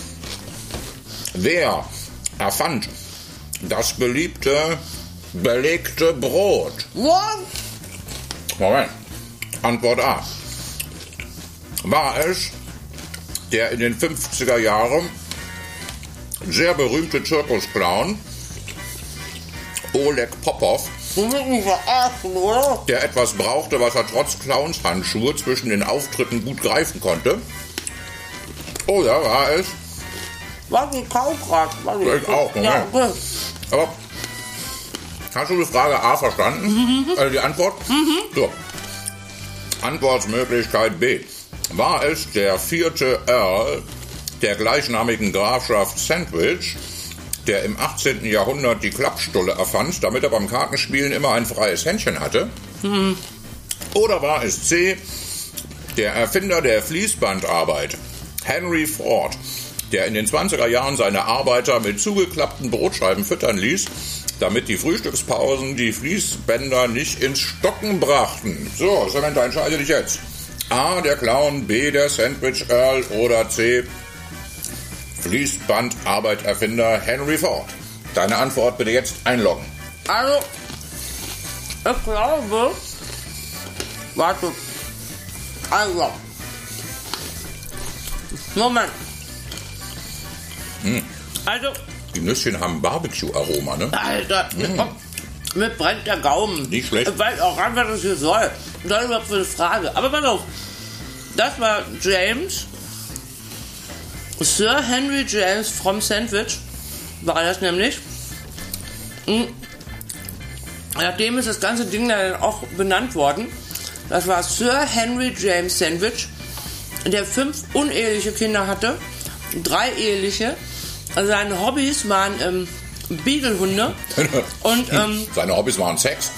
Wer erfand das beliebte belegte Brot? What? Moment. Antwort A. War es der in den 50er Jahren sehr berühmte Zirkusclown Oleg Popov, der etwas brauchte, was er trotz Clownshandschuhe zwischen den Auftritten gut greifen konnte? Oder war es... Was ein Kaufrad. Ich auch, Moment. Ja, okay. Aber hast du die Frage A verstanden? Also die Antwort? So. Antwortmöglichkeit B. War es der 4. Earl der gleichnamigen Grafschaft Sandwich, der im 18. Jahrhundert die Klappstulle erfand, damit er beim Kartenspielen immer ein freies Händchen hatte? Oder war es C, der Erfinder der Fließbandarbeit, Henry Ford, der in den 20er Jahren seine Arbeiter mit zugeklappten Brotscheiben füttern ließ, damit die Frühstückspausen die Fließbänder nicht ins Stocken brachten? So, Samantha, entscheide dich jetzt. A, der Clown, B, der Sandwich Earl oder C, Fließbandarbeiterfinder Henry Ford. Deine Antwort bitte jetzt einloggen. Also, ich glaube... Warte. Also. Moment. Also... Die Nüsschen haben Barbecue-Aroma, ne? Alter, mir brennt der Gaumen. Nicht schlecht. Ich weiß auch gar nicht, was das hier soll. Das ist überhaupt für eine Frage. Aber pass auf. Das war James. Sir Henry James from Sandwich. War das nämlich. Nachdem ist das ganze Ding dann auch benannt worden. Das war Sir Henry James Sandwich, der 5 uneheliche Kinder hatte, 3 eheliche. Also seine Hobbys waren Beaglehunde und Seine Hobbys waren Sex.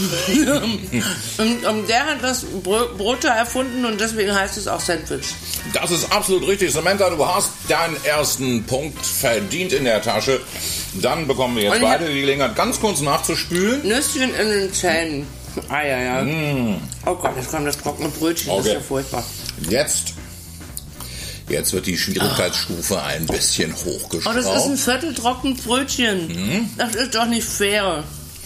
und der hat das Brot da erfunden und deswegen heißt es auch Sandwich. Das ist absolut richtig, Samantha. Du hast deinen ersten Punkt verdient in der Tasche. Dann bekommen wir jetzt beide die Gelegenheit, ganz kurz nachzuspülen. Nüsschen in den Zähnen. Ja. Oh Gott, jetzt kommt das trockene Brötchen. Das ist ja furchtbar. Jetzt wird die Schwierigkeitsstufe ein bisschen hochgeschraubt. Oh, das ist ein vierteltrocken Brötchen. Das ist doch nicht fair.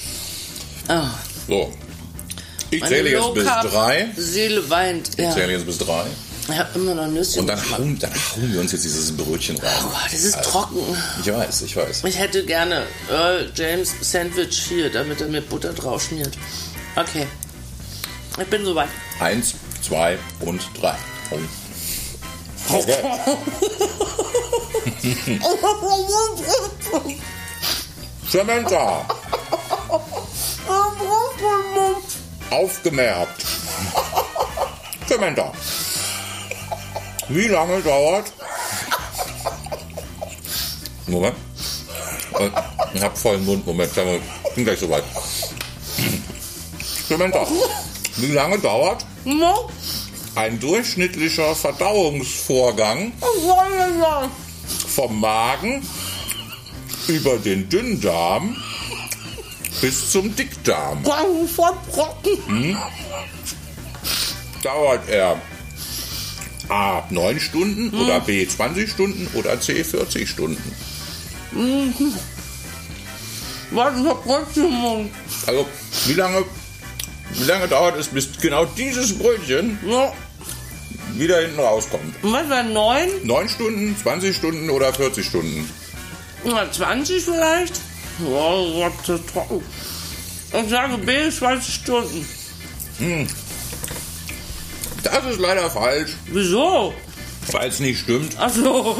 So, ich zähle jetzt bis 3. Seele weint. Ich zähle jetzt bis 3. Ich habe immer noch Nüsschen. Und dann hauen wir uns jetzt dieses Brötchen rein. Oh Gott, das ist trocken. Ich weiß. Ich hätte gerne Earl James Sandwich hier, damit er mir Butter drauf schmiert. Okay, ich bin soweit. 1, 2 und 3. Okay. Samantha. Aufgemerkt. Samantha. Wie lange dauert? Moment. Ich hab vollen Mund. Moment, ich bin gleich soweit. Samantha. Wie lange dauert ein durchschnittlicher Verdauungsvorgang vom Magen über den Dünndarm bis zum Dickdarm? Dauert er A 9 Stunden oder B 20 Stunden oder C 40 Stunden? Also, wie lange dauert es, bis genau dieses Brötchen wieder hinten rauskommt? Was war 9? 9 Stunden, 20 Stunden oder 40 Stunden? 20 vielleicht? Oh Gott, das ist trocken. Ich sage B, 20 Stunden. Das ist leider falsch. Wieso? Weil es nicht stimmt. Ach so.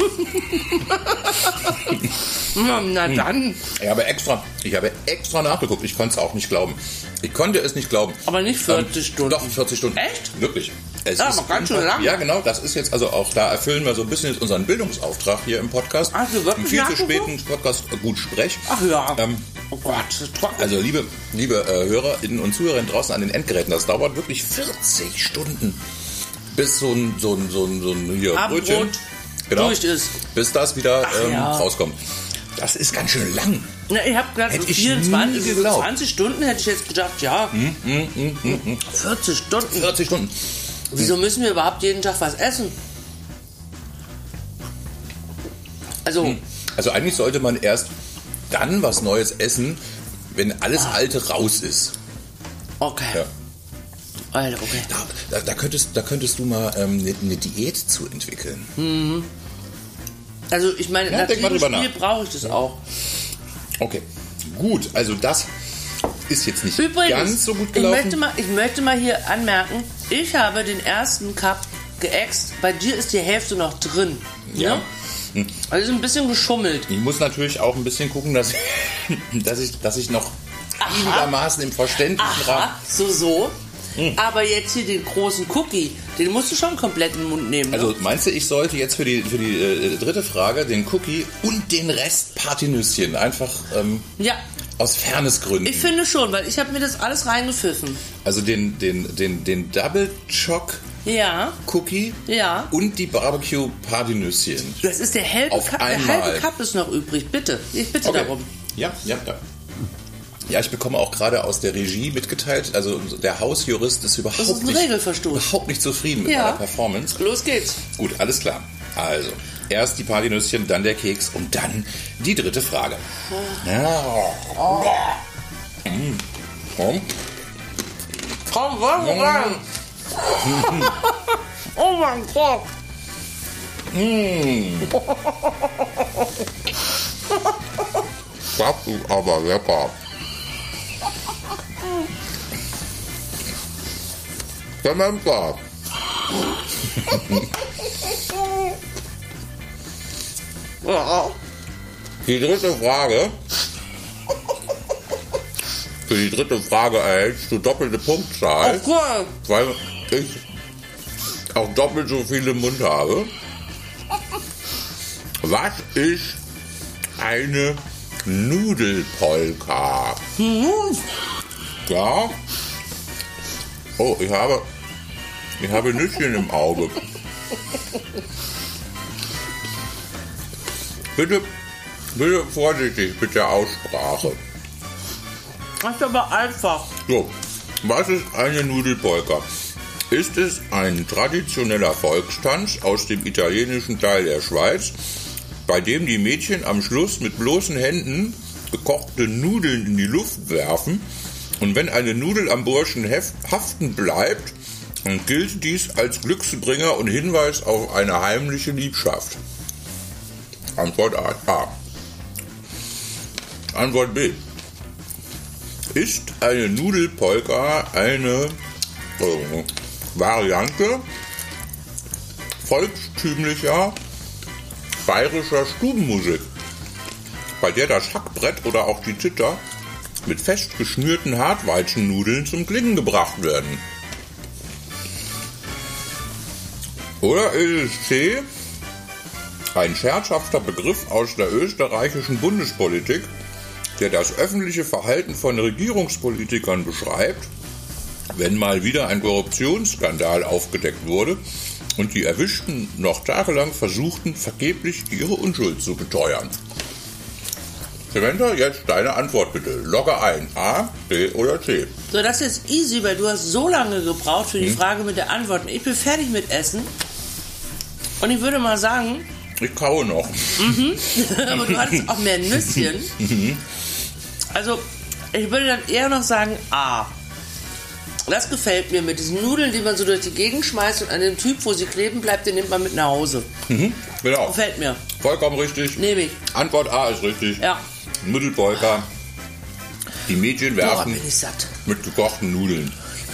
Na dann. Ich habe extra nachgeguckt. Ich konnte es auch nicht glauben. Ich konnte es nicht glauben. Aber nicht 40 Stunden. Doch, 40 Stunden. Echt? Wirklich. Es Ja, ist aber ganz schön lang. Ja, genau. Das ist jetzt, also auch da erfüllen wir so ein bisschen jetzt unseren Bildungsauftrag hier im Podcast. Ach, du wirklich Im viel zu nachgeguckt? späten Podcast Gut Sprech. Ach ja. Oh Gott, das ist trocken. Also liebe HörerInnen und Zuhörer draußen an den Endgeräten, das dauert wirklich 40 Stunden, bis so ein hier Abendbrot Brötchen durch ist. bis das wieder ja. rauskommt. Das ist ganz schön lang. Na, ich habe gerade so Hätte ich 24, nie geglaubt. 20 Stunden hätte ich jetzt gedacht, ja. 40 Stunden. 40 Stunden. Wieso müssen wir überhaupt jeden Tag was essen? Also, Also eigentlich sollte man erst dann was Neues essen, wenn alles Alte raus ist. okay. Ja. Alter, okay. Da könntest du mal eine Diät zu entwickeln. Also, ich meine, Ja, denk mal natürlich drüber Spiel brauche ich das auch. Okay, gut. Also das ist jetzt nicht Übrigens, ganz so gut gelaufen. ich möchte mal hier anmerken, ich habe den ersten Cup geäxt. Bei dir ist die Hälfte noch drin. Ja. Ne? Also ist ein bisschen geschummelt. Ich muss natürlich auch ein bisschen gucken, dass ich noch einigermaßen im verständlichen Rahmen... So. Aber jetzt hier den großen Cookie, den musst du schon komplett in den Mund nehmen. Ne? Also meinst du, ich sollte jetzt für die dritte Frage den Cookie und den Rest Partinüsschen einfach ja, aus Fairnessgründen... ich finde schon, weil ich habe mir das alles reingepfiffen. Also den Double Choc Ja, Cookie ja. und die Barbecue Partinüsschen. Das ist der halbe Auf Cup. Der einmal. halbe Cup ist noch übrig. Bitte, ich bitte darum. Ja. Ja, ich bekomme auch gerade aus der Regie mitgeteilt, also der Hausjurist ist Das ist ein Regelverstoß. überhaupt nicht zufrieden mit Ja. meiner Performance. Los geht's. Gut, alles klar. Also, Erst die Partynüsschen, dann der Keks und dann die dritte Frage. Komm. Komm, wollen rein. Oh mein Gott. Das ist aber lecker. Samantha. Die dritte Frage. Für die dritte Frage erhältst du doppelte Punktzahl, Cool. weil ich auch doppelt so viel im Mund habe. Was ist eine Nudelpolka? Ja. Oh, ich habe Nüsschen im Auge. Bitte vorsichtig mit der Aussprache. Das ist aber einfach. So, was ist eine Nudelpolka? Ist es ein traditioneller Volkstanz aus dem italienischen Teil der Schweiz, bei dem die Mädchen am Schluss mit bloßen Händen gekochte Nudeln in die Luft werfen und wenn eine Nudel am Burschen haften bleibt, dann gilt dies als Glücksbringer und Hinweis auf eine heimliche Liebschaft. Antwort A. Antwort B. Ist eine Nudelpolka eine Variante volkstümlicher bayerischer Stubenmusik, bei der das Hackbrett oder auch die Zither mit fest geschnürten Hartweizennudeln zum Klingen gebracht werden? Oder ist es C, ein scherzhafter Begriff aus der österreichischen Bundespolitik, der das öffentliche Verhalten von Regierungspolitikern beschreibt, wenn mal wieder ein Korruptionsskandal aufgedeckt wurde und die Erwischten noch tagelang versuchten, vergeblich ihre Unschuld zu beteuern. Samantha, jetzt deine Antwort bitte. Logge ein. A, B oder C. So, das ist easy, weil du hast so lange gebraucht für die Frage mit der Antwort. Ich bin fertig mit Essen. Und ich würde mal sagen... Ich kaue noch. Aber du hattest auch mehr Nüsschen. Also, ich würde dann eher noch sagen A. Das gefällt mir mit diesen Nudeln, die man so durch die Gegend schmeißt und an dem Typ, wo sie kleben bleibt, den nimmt man mit nach Hause. Genau. Gefällt mir. Vollkommen richtig. Nehme ich. Antwort A ist richtig. Ja. Nudelpolka. Die Mädchen werfen bin ich satt. mit gekochten Nudeln.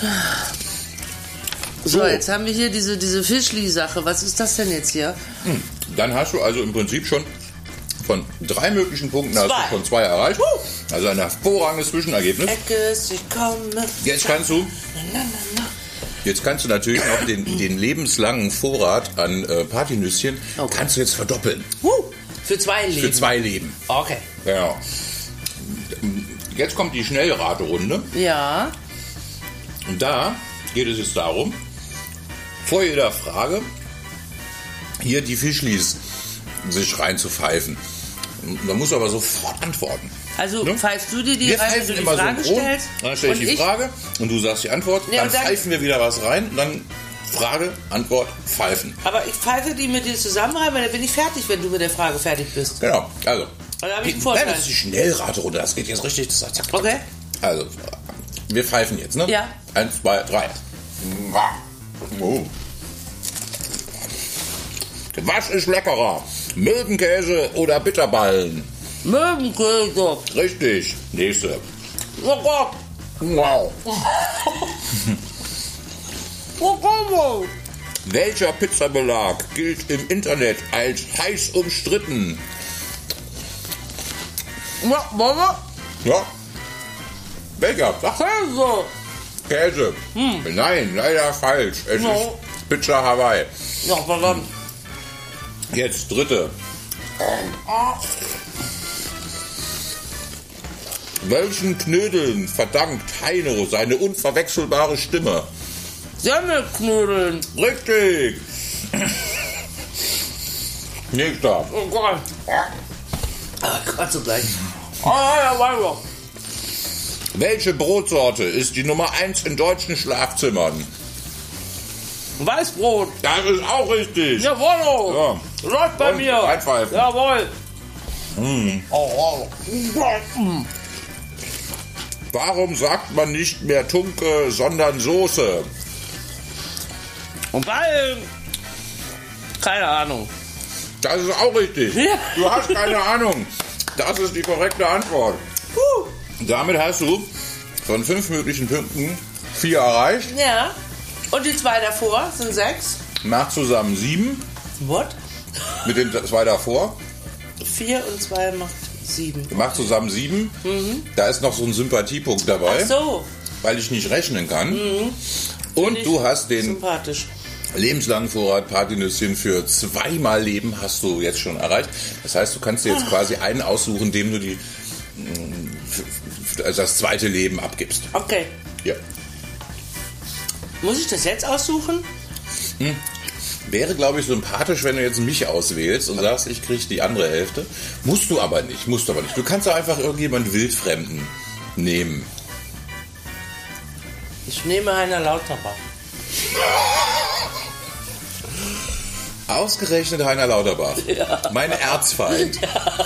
So, jetzt haben wir hier diese Fischli-Sache. Was ist das denn jetzt hier? Dann hast du also im Prinzip schon von 3 möglichen Punkten hast du schon 2 erreicht. Also ein hervorragendes Zwischenergebnis. Eckes, ich komme. Jetzt kannst du natürlich noch den lebenslangen Vorrat an Partynüsschen kannst du jetzt verdoppeln. Für 2 Leben. Für 2 Leben. Okay. Ja. Jetzt kommt die Schnellraterunde. Ja. Und da geht es jetzt darum, vor jeder Frage hier die Fischlis sich reinzupfeifen. Man muss aber sofort antworten. Also Ne? pfeifst du dir die Wir rein, wenn pfeifen du die immer Frage so stellst? Dann stelle ich die Frage und du sagst die Antwort. Ja, dann dann- pfeifen wir wieder was rein und dann Frage, Antwort, pfeifen. Aber ich pfeife die mit dir zusammen rein, weil dann bin ich fertig, wenn du mit der Frage fertig bist. Genau, also. Da habe ich einen Vorteil. Nein, das ist die Schnellraterunde, das geht jetzt richtig. Zack, zack, zack. Okay. Also, wir pfeifen jetzt, ne? Ja. 1, 2, 3. Oh. Was ist leckerer? Möwenkäse oder Bitterballen? Möwenkäse. Richtig. Nächste. Oh Gott. Wow. Oh Gott. Welcher Pizzabelag gilt im Internet als heiß umstritten? Ja, Mama. Ja. Welcher? Sag. Käse. Käse. Nein, leider falsch. Es No. ist Pizza Hawaii. Ja, verdammt. Jetzt dritte. Welchen Knödeln verdankt Heino seine unverwechselbare Stimme? Semmelknödeln. Richtig. Nächster. Oh Gott. Gott, so gleich. Ja, weiter. Welche Brotsorte ist die Nummer 1 in deutschen Schlafzimmern? Weißbrot. Das ist auch richtig. Jawohl. Ja, Läuft bei Und mir. reinpfeifen. Jawohl. Warum sagt man nicht mehr Tunke, sondern Soße? Und weil... Keine Ahnung. Das ist auch richtig. Ja. Du hast keine Ahnung. Das ist die korrekte Antwort. Damit hast du von 5 möglichen Punkten 4 erreicht. Ja. Und die 2 davor sind 6. Mach zusammen 7 What? mit den 2 davor. 4 und 2 macht 7. Mach zusammen 7. Da ist noch so ein Sympathiepunkt dabei, Ach so. weil ich nicht rechnen kann. Und du hast den Sympathisch. lebenslangen Vorrat Partynüsschen für 2-mal Leben hast du jetzt schon erreicht. Das heißt, du kannst dir jetzt quasi einen aussuchen, dem du das 2. Leben abgibst. Okay. Ja. Muss ich das jetzt aussuchen? Wäre, glaube ich, sympathisch, wenn du jetzt mich auswählst und sagst, ich kriege die andere Hälfte. Musst du aber nicht. Du kannst doch einfach irgendjemanden Wildfremden nehmen. Ich nehme Heiner Lauterbach. Ausgerechnet Heiner Lauterbach. Ja. Mein Erzfeind. Ja.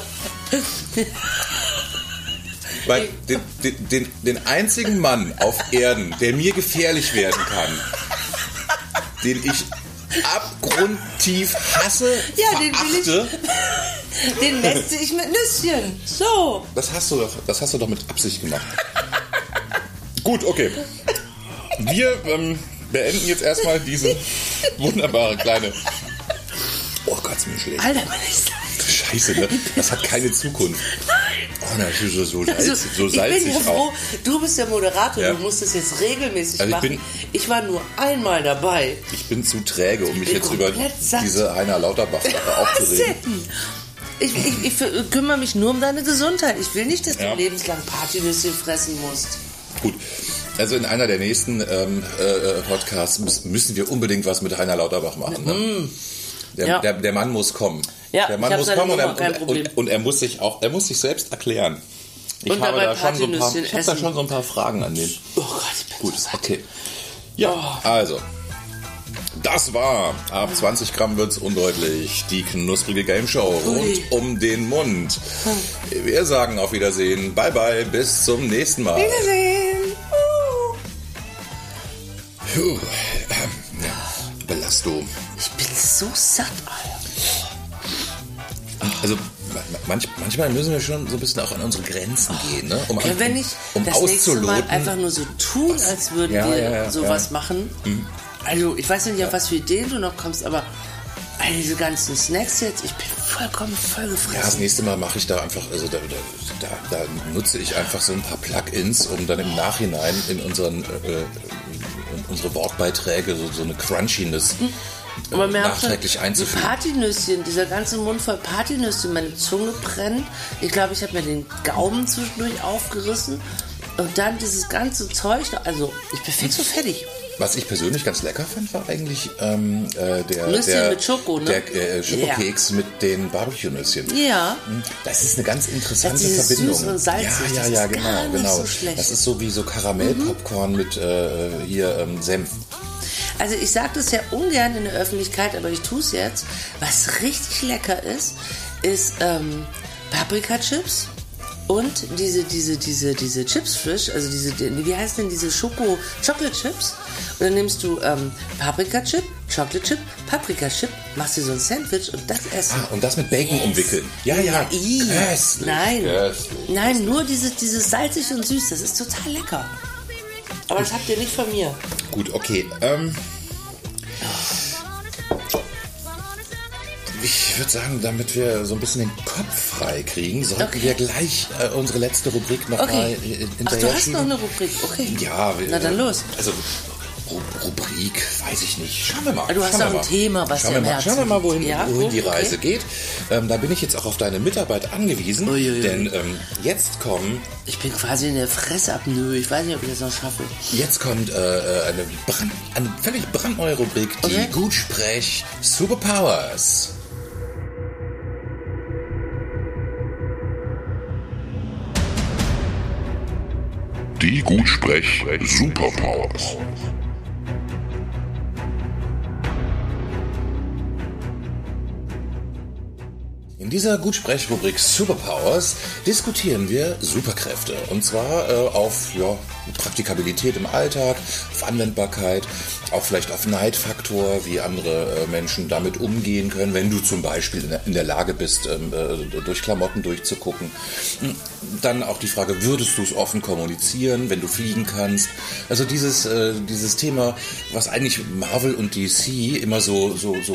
Weil den einzigen Mann auf Erden, der mir gefährlich werden kann, den ich abgrundtief hasse, verachte. Den lässt ich mit Nüsschen. So. Das hast du doch mit Absicht gemacht. Gut, okay. Wir beenden jetzt erstmal diese wunderbare kleine... Oh Gott, ist mir schlecht. Alter, was ist das? Scheiße, ne? Das hat keine Zukunft. Nein. Oh, das ist so Ich salzig bin ja froh, auch. du bist der Moderator, Ja. du musst es jetzt regelmäßig Also machen. Ich war nur einmal dabei. Ich bin zu träge, um mich bin jetzt über komplett satt. diese Heiner Lauterbach-Sache Was aufzuregen. denn? Ich kümmere mich nur um deine Gesundheit. Ich will nicht, dass Ja. du lebenslang Partynüsschen fressen musst. Gut. Also in einer der nächsten Podcasts müssen wir unbedingt was mit Heiner Lauterbach machen. Ne? Der Mann muss kommen. Ja, der ich Mann hab muss seine kommen Nummer, kein Problem. und er muss sich selbst erklären. Ich Und habe dabei da schon so ein paar, Partynüsschen ich habe da essen. schon so ein paar Fragen an den. Oh Gott, ich bin Gut, so satt. okay. Ja, also. Das war, ab 20 Gramm wird's undeutlich, die knusprige Game Show rund um den Mund. Wir sagen auf Wiedersehen, bye bye, bis zum nächsten Mal. Wiedersehen. Puh, Belastung. Ich bin so satt, Alter. Also manchmal müssen wir schon so ein bisschen auch an unsere Grenzen gehen, ne? Um Können wir nicht das nächste Mal einfach nur so tun, als würden wir sowas machen? Also, ich weiß ja nicht, auf was für Ideen du noch kommst, aber diese ganzen Snacks jetzt, ich bin vollkommen vollgefressen. Ja, das nächste Mal mache ich da einfach, also da nutze ich einfach so ein paar Plugins, um dann im Nachhinein in unsere Wortbeiträge so eine Crunchiness aber mir nachträglich einzufügen. Partynüsschen, dieser ganze Mund voll Partynüsschen, meine Zunge brennt. Ich glaube, ich habe mir den Gaumen zwischendurch aufgerissen. Und dann dieses ganze Zeug, also ich bin fix und fertig. Was ich persönlich ganz lecker fand, war eigentlich Nüsschen mit Schoko, ne? der Schokokeks mit den Barbecue-Nüsschen. Ja. Das ist eine ganz interessante Das ist Verbindung. süß und salzig, das ist gar nicht so schlecht. Das ist so wie so Karamellpopcorn mit Senf. Also ich sage das ja ungern in der Öffentlichkeit, aber ich tue es jetzt. Was richtig lecker ist Paprika-Chips und diese Chips Frisch, also wie heißt denn diese Chocolate-Chips? Und dann nimmst du Paprika-Chip, Chocolate-Chip, Paprika-Chip, machst dir so ein Sandwich und das essen. Ah, und das mit Bacon umwickeln. Ja. Köstlich. Nein, nur dieses salzig und süß, das ist total lecker. Aber das habt ihr nicht von mir. Gut, okay. Ich würde sagen, damit wir so ein bisschen den Kopf frei kriegen, sollten wir gleich unsere letzte Rubrik noch mal hinterher Ach, du hast schieben. noch eine Rubrik, okay. Ja. Na dann los. Also Rubrik, weiß ich nicht. Schauen wir mal. Du hast doch ein Thema, was dir am Herzen Schauen wir mal, wohin liegt. die Reise geht. Da bin ich jetzt auch auf deine Mitarbeit angewiesen, denn jetzt kommen... Ich bin quasi in der Fressapnoe. Ich weiß nicht, ob ich das noch schaffe. Jetzt kommt eine völlig brandneue Rubrik, die Gutsprech Superpowers. Die Gutsprech Superpowers. dieser Gutsprechrubrik Superpowers diskutieren wir Superkräfte. Und zwar auf Praktikabilität im Alltag, auf Anwendbarkeit, auch vielleicht auf Neidfaktor, wie andere Menschen damit umgehen können, wenn du zum Beispiel in der Lage bist, durch Klamotten durchzugucken. Dann auch die Frage, würdest du es offen kommunizieren, wenn du fliegen kannst? Also dieses Thema, was eigentlich Marvel und DC immer so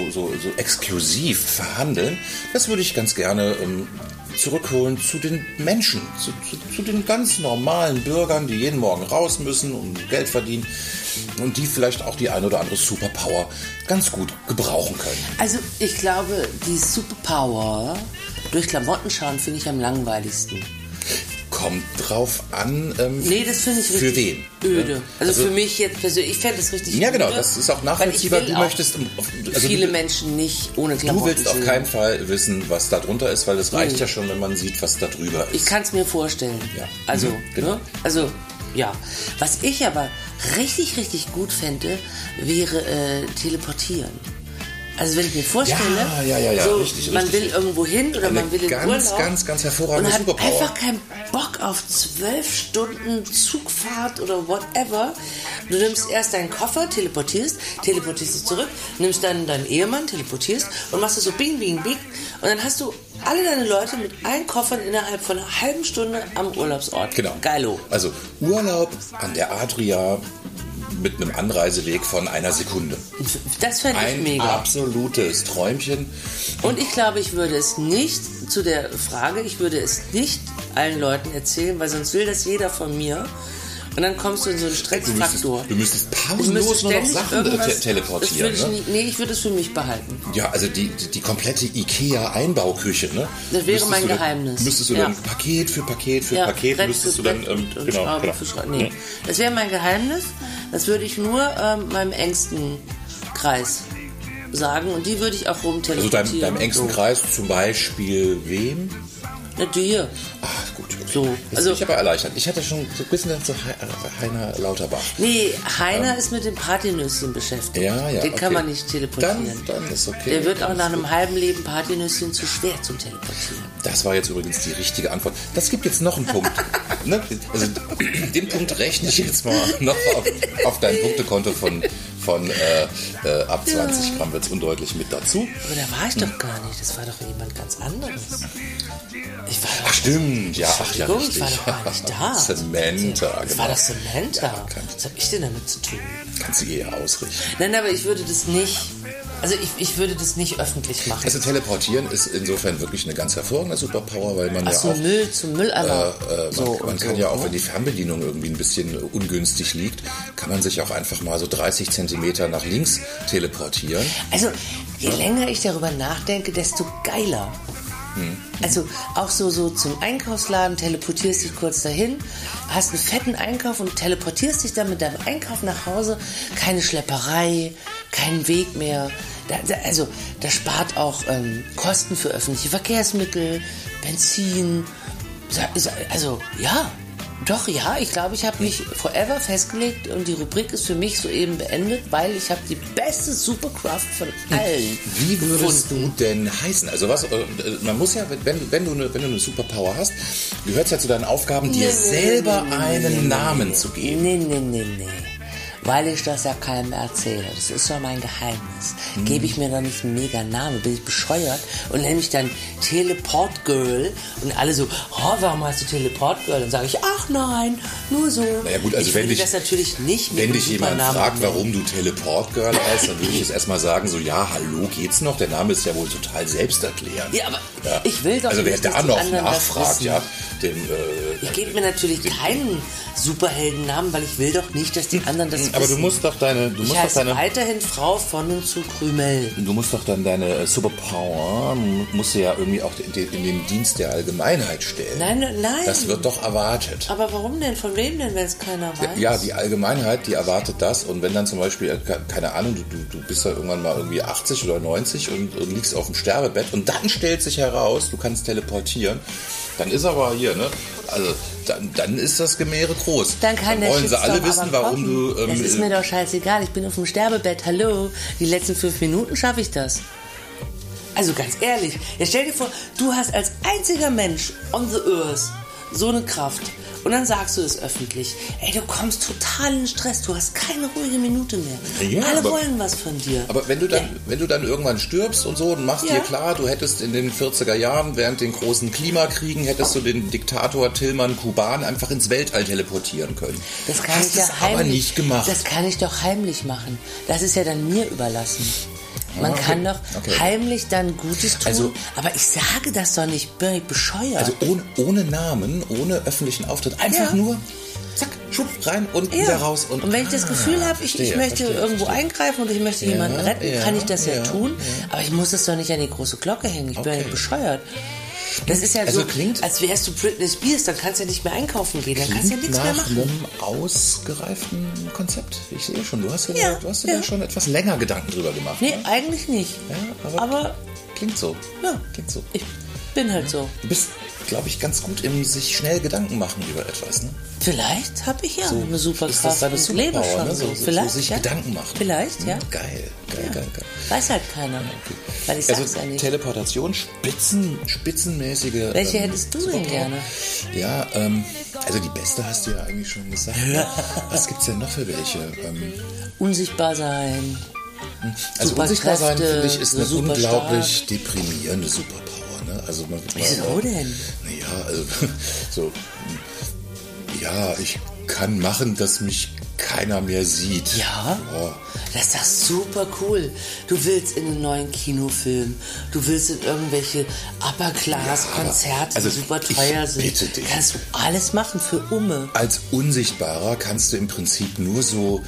exklusiv verhandeln, das würde ich ganz gerne zurückholen zu den Menschen, zu den ganz normalen Bürgern, die jeden Morgen raus müssen und Geld verdienen und die vielleicht auch die ein oder andere Superpower ganz gut gebrauchen können. Also ich glaube, die Superpower durch Klamotten schauen finde ich am langweiligsten. Kommt drauf an, nee, das finde ich für richtig wen. öde. Also für mich jetzt persönlich, ich fände das richtig Ja, genau, öde, das ist auch nachvollziehbar. weil ich Du möchtest viele Menschen nicht ohne Klamotten Du willst auf sehen. keinen Fall wissen, was da drunter ist, weil es reicht ja schon, wenn man sieht, was da drüber ist. Ich kann es mir vorstellen. Ja. Also, genau. ne? Also, ja. Was ich aber richtig, richtig gut fände, wäre teleportieren. Also wenn ich mir vorstelle, so, richtig, man will irgendwo hin oder Eine man will in ganz, Urlaub ganz hervorragende und hat Superpower. einfach keinen Bock auf 12 Stunden Zugfahrt oder whatever. Du nimmst erst deinen Koffer, teleportierst es zurück, nimmst dann deinen Ehemann, teleportierst und machst es so bing, bing, bing und dann hast du alle deine Leute mit allen Koffern innerhalb von einer halben Stunde am Urlaubsort. Genau. Geilo. Also Urlaub an der Adria mit einem Anreiseweg von einer Sekunde. Das fände ich Ein mega. absolutes Träumchen. Und ich glaube, ich würde es nicht, zu der Frage, ich würde es nicht allen Leuten erzählen, weil sonst will das jeder von mir. Und dann kommst du in so einen Stressfaktor. Du müsstest Ich pausenlos müsste nur noch ständig Sachen irgendwas- teleportieren. Das würde ich ich würde es für mich behalten. Ja, also die komplette Ikea-Einbauküche, ne? Das wäre mein Geheimnis. Müsstest du Ja. dann Paket für Paket für Ja, Paket, Brett müsstest für du dann, Brett und genau. Schraube für Schraube. Nee, das wäre mein Geheimnis. Das würde ich nur meinem engsten Kreis sagen und die würde ich auch Also rumteleportieren. deinem engsten so. Kreis zum Beispiel wem? Na, dir. Ach gut, okay. So, Das also- bin ich aber erleichtert. Ich hatte schon so ein bisschen so Heiner Lauterbach. Nee, Heiner ist mit dem Partynüsschen beschäftigt. Ja, Den kann okay. man nicht teleportieren. Dann ist okay. Der wird auch nach einem halben Leben Partynüsschen zu schwer zum Teleportieren. Das war jetzt übrigens die richtige Antwort. Das gibt jetzt noch einen Punkt. Ne? Also den Punkt rechne ich jetzt mal noch auf dein Punktekonto von ab 20 Gramm wird es undeutlich mit dazu. Aber da war ich doch gar nicht. Das war doch jemand ganz anderes. Ich war doch, Ach stimmt, ja, ach ja, Entschuldigung, richtig. ich war doch gar nicht da. Samantha, Das genau. war doch Samantha. Ja, Was habe ich denn damit zu tun? Kannst du eher ausrichten. Nein, aber ich würde das nicht... Also ich würde das nicht öffentlich machen. Also teleportieren ist insofern wirklich eine ganz hervorragende Superpower, weil man Ach ja so, auch... Müll zum Mülleimer. Man kann ja auch, wenn die Fernbedienung irgendwie ein bisschen ungünstig liegt, kann man sich auch einfach mal so 30 Zentimeter nach links teleportieren. Also, je länger ich darüber nachdenke, desto geiler. Also, auch so zum Einkaufsladen, teleportierst dich kurz dahin, hast einen fetten Einkauf und teleportierst dich dann mit deinem Einkauf nach Hause. Keine Schlepperei, keinen Weg mehr. Das spart auch Kosten für öffentliche Verkehrsmittel, Benzin. Also, ja. Doch, ja, ich glaube, ich habe mich forever festgelegt und die Rubrik ist für mich soeben beendet, weil ich habe die beste Superkraft von allen. Wie würdest gefunden. du denn heißen? Also was, man muss ja, wenn du eine Superpower hast, gehört es ja zu deinen Aufgaben, dir selber einen Namen zu geben. Nee. Weil ich das ja keinem erzähle. Das ist ja mein Geheimnis. Gebe ich mir dann nicht einen mega Namen, bin ich bescheuert und nenne mich dann Teleport Girl und alle so, warum heißt du Teleport Girl? Dann sage ich, ach nein, nur so. Naja gut, also ich würde das natürlich nicht mit wenn einem dich jemand Supernamen fragt, nennen. warum du Teleport Girl heißt, dann würde ich jetzt erstmal sagen, so ja, hallo, geht's noch? Der Name ist ja wohl total selbsterklärend. Ja, aber ich will doch also wer nicht, da dass die noch anderen das nachfragt, wissen. ja, dem Ich gebe mir natürlich keinen Superheldennamen, weil ich will doch nicht, dass die anderen das aber wissen. du musst doch Ich heiße weiterhin Frau von und zu Krümel. Du musst doch dann deine Superpower, musst du ja irgendwie auch in den Dienst der Allgemeinheit stellen. Nein. Das wird doch erwartet. Aber warum denn? Von wem denn, wenn es keiner weiß? Ja, die Allgemeinheit, die erwartet das. Und wenn dann zum Beispiel, keine Ahnung, du bist dann irgendwann mal irgendwie 80 oder 90 und liegst auf dem Sterbebett und dann stellt sich heraus, du kannst teleportieren, dann ist aber hier, ne? Also dann ist das Gemäre groß. Dann kann der wollen sie alle Shitstorm wissen, aber warum kommen. du... Das ist mir doch scheißegal. Ich bin auf dem Sterbebett. Hallo. Die letzten 5 Minuten schaffe ich das. Also ganz ehrlich, jetzt stell dir vor, du hast als einziger Mensch on the earth so eine Kraft. Und dann sagst du es öffentlich. Ey, du kommst total in Stress. Du hast keine ruhige Minute mehr. Ja, Alle wollen was von dir. Aber wenn du dann irgendwann stirbst und so, dann machst dir klar, du hättest in den 40er Jahren während den großen Klimakriegen hättest du den Diktator Tilman Kuban einfach ins Weltall teleportieren können. Das kann Hast ich ja es aber heimlich. nicht gemacht. Das kann ich doch heimlich machen. Das ist ja dann mir überlassen. Man kann doch heimlich dann Gutes tun, Also, aber ich sage das doch nicht, bin ich bescheuert. Also ohne Namen, ohne öffentlichen Auftritt, einfach nur zack, schub rein und wieder raus. Und wenn ich das Gefühl habe, ich möchte irgendwo eingreifen und ich möchte jemanden retten, kann ich das ja tun, aber ich muss das doch nicht an die große Glocke hängen, ich bin ja nicht bescheuert. Das ist ja Also so, klingt, als wärst du Britney Spears, dann kannst du ja nicht mehr einkaufen gehen, dann kannst du ja nichts mehr machen. Nach einem ausgereiften Konzept. Ich sehe schon, du hast dir da schon etwas länger Gedanken drüber gemacht. Nee, eigentlich nicht. Ja, aber klingt so. Ja, klingt so. Ich bin halt so. Du bist, glaube ich, ganz gut im sich schnell Gedanken machen über etwas, ne? Vielleicht habe ich ja So, eine Superkraft. ist das deine und lebe Superpower, schon ne? so. So Vielleicht, sich ja? Gedanken machen. Vielleicht, ja. Geil. Weiß halt keiner. Weil ich sag's Also ja nicht. Teleportation, spitzenmäßige. Welche hättest du denn gerne? Ja, also die beste hast du ja eigentlich schon gesagt. Ne? Was gibt's denn noch für welche? Unsichtbar sein. Also unsichtbar sein, Superkräfte, finde ich, ist eine superstark. unglaublich deprimierende Superpower. Ne? Also Wieso denn? Naja, also so. Ja, ich kann machen, dass mich keiner mehr sieht. Ja? Das ist doch super cool. Du willst in einen neuen Kinofilm. Du willst in irgendwelche Upper-Class-Konzerte, also die super teuer ich sind. bitte dich. Kannst du alles machen für Umme. Als Unsichtbarer kannst du im Prinzip nur so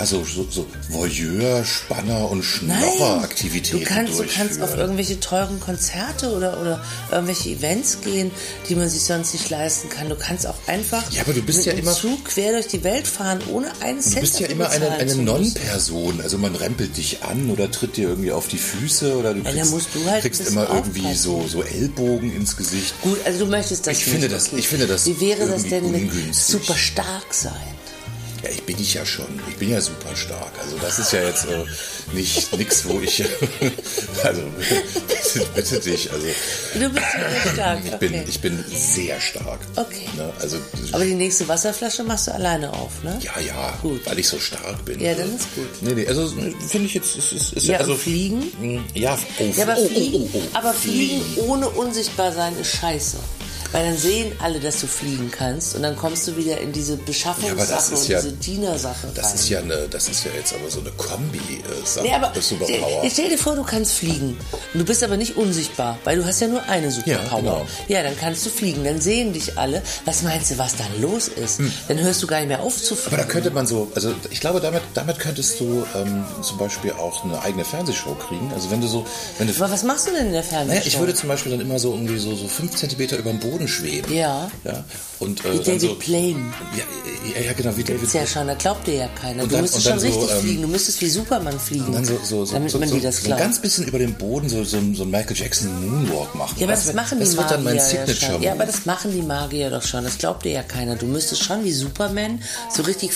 Voyeur, Spanner und Schnorrer-Aktivitäten du kannst auf irgendwelche teuren Konzerte oder irgendwelche Events gehen, die man sich sonst nicht leisten kann. Du kannst auch einfach Ja, aber du bist mit ja dem immer Zug quer durch die Welt fahren, ohne einen Cent Du bist ja dafür immer eine bezahlen zu müssen. Non-Person. Also man rempelt dich an oder tritt dir irgendwie auf die Füße oder du dann kriegst, musst du halt kriegst ein bisschen immer irgendwie aufpassen. so Ellbogen ins Gesicht. Gut, also du möchtest das Ich nicht. finde das Wie wäre das irgendwie denn mit ungünstig. super stark sein? Ja, ich bin ja schon. Ich bin ja super stark. Also das ist ja jetzt nichts, wo ich also bitte dich. Also Du bist super stark. ich bin sehr stark. Okay. Ne? Also Aber die nächste Wasserflasche machst du alleine auf, ne? ja, Gut. weil ich so stark bin. Ja, dann ist gut. Nee, also finde ich jetzt ist Ja, also und fliegen? Ja, aber fliegen ohne unsichtbar sein ist scheiße. Weil dann sehen alle, dass du fliegen kannst und dann kommst du wieder in diese Beschaffungssache und diese Dienersache rein. Das ist ja jetzt aber so eine Kombi-Sache. Nee, aber Superpower. stell dir vor, du kannst fliegen. Und du bist aber nicht unsichtbar, weil du hast ja nur eine Superpower. Ja, genau. Ja, dann kannst du fliegen. Dann sehen dich alle. Was meinst du, was dann los ist? Dann hörst du gar nicht mehr auf zu fliegen. Aber da könnte man ich glaube, damit könntest du zum Beispiel auch eine eigene Fernsehshow kriegen. Also wenn du Aber was machst du denn in der Fernsehshow? Naja, ich würde zum Beispiel dann immer so irgendwie so 5 Zentimeter über dem Boden schweben. Ja. Und, wie David Blaine. Ja, genau, wie David Ist ja schon, da glaubt dir ja keiner. Und Du dann- müsstest und schon dann so, richtig fliegen. Du müsstest wie Superman fliegen. Und dann damit man dir das so glaubt. ganz bisschen über dem Boden so ein Michael Jackson Moonwalk machen. Ja, aber das machen die Das Magier wird dann mein ja Signature schon. Ja, aber das machen die Magier doch schon. Das glaubt dir ja keiner. Du müsstest schon wie Superman so richtig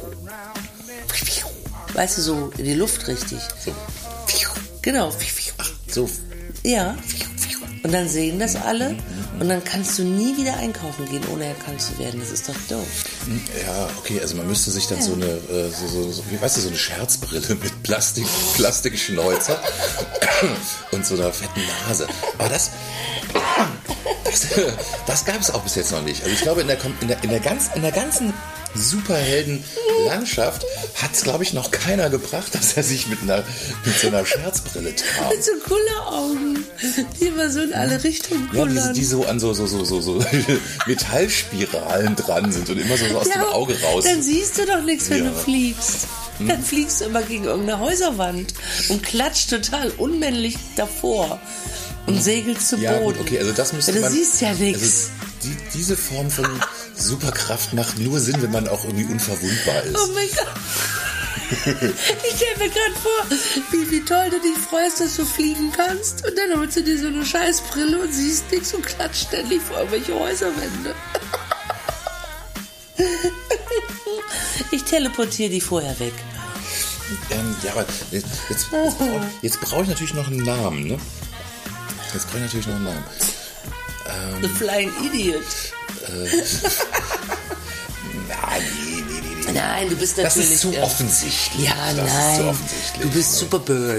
weißt du, so in die Luft richtig. So. Genau. So. Ja. Und dann sehen das alle und dann kannst du nie wieder einkaufen gehen, ohne erkannt zu werden. Das ist doch doof. Ja, okay, also man müsste sich dann so eine, wie weißt du, so eine Scherzbrille mit Plastikschnäuzer und so einer fetten Nase. Aber das gab es auch bis jetzt noch nicht. Also ich glaube, in der ganzen Superheldenlandschaft hat es, glaube ich, noch keiner gebracht, dass er sich mit so einer Scherzbrille tarnt. Mit so Kulleraugen, die immer so in alle Richtungen Ja, kullern. die so an so Metallspiralen dran sind und immer so aus dem Auge raus. Dann siehst du doch nichts, wenn Ja. du fliegst. Dann fliegst du immer gegen irgendeine Häuserwand und klatscht total unmännlich davor und segelst zu Ja, Boden. gut, okay, also das müsste Du man... siehst ja nichts. Also diese Form von Superkraft macht nur Sinn, wenn man auch irgendwie unverwundbar ist. Oh mein Gott. Ich stelle mir gerade vor, wie toll du dich freust, dass du fliegen kannst. Und dann holst du dir so eine Scheißbrille und siehst nichts und klatscht ständig vor irgendwelche Häuserwände. Ich teleportiere die vorher weg. Ja, aber jetzt brauche ich natürlich noch einen Namen, ne? Jetzt brauche ich natürlich noch einen Namen. The Flying Idiot. Nee. Nein, du bist natürlich... Das ist zu offensichtlich. Ja, das nein. ist zu offensichtlich. Du bist Superbird.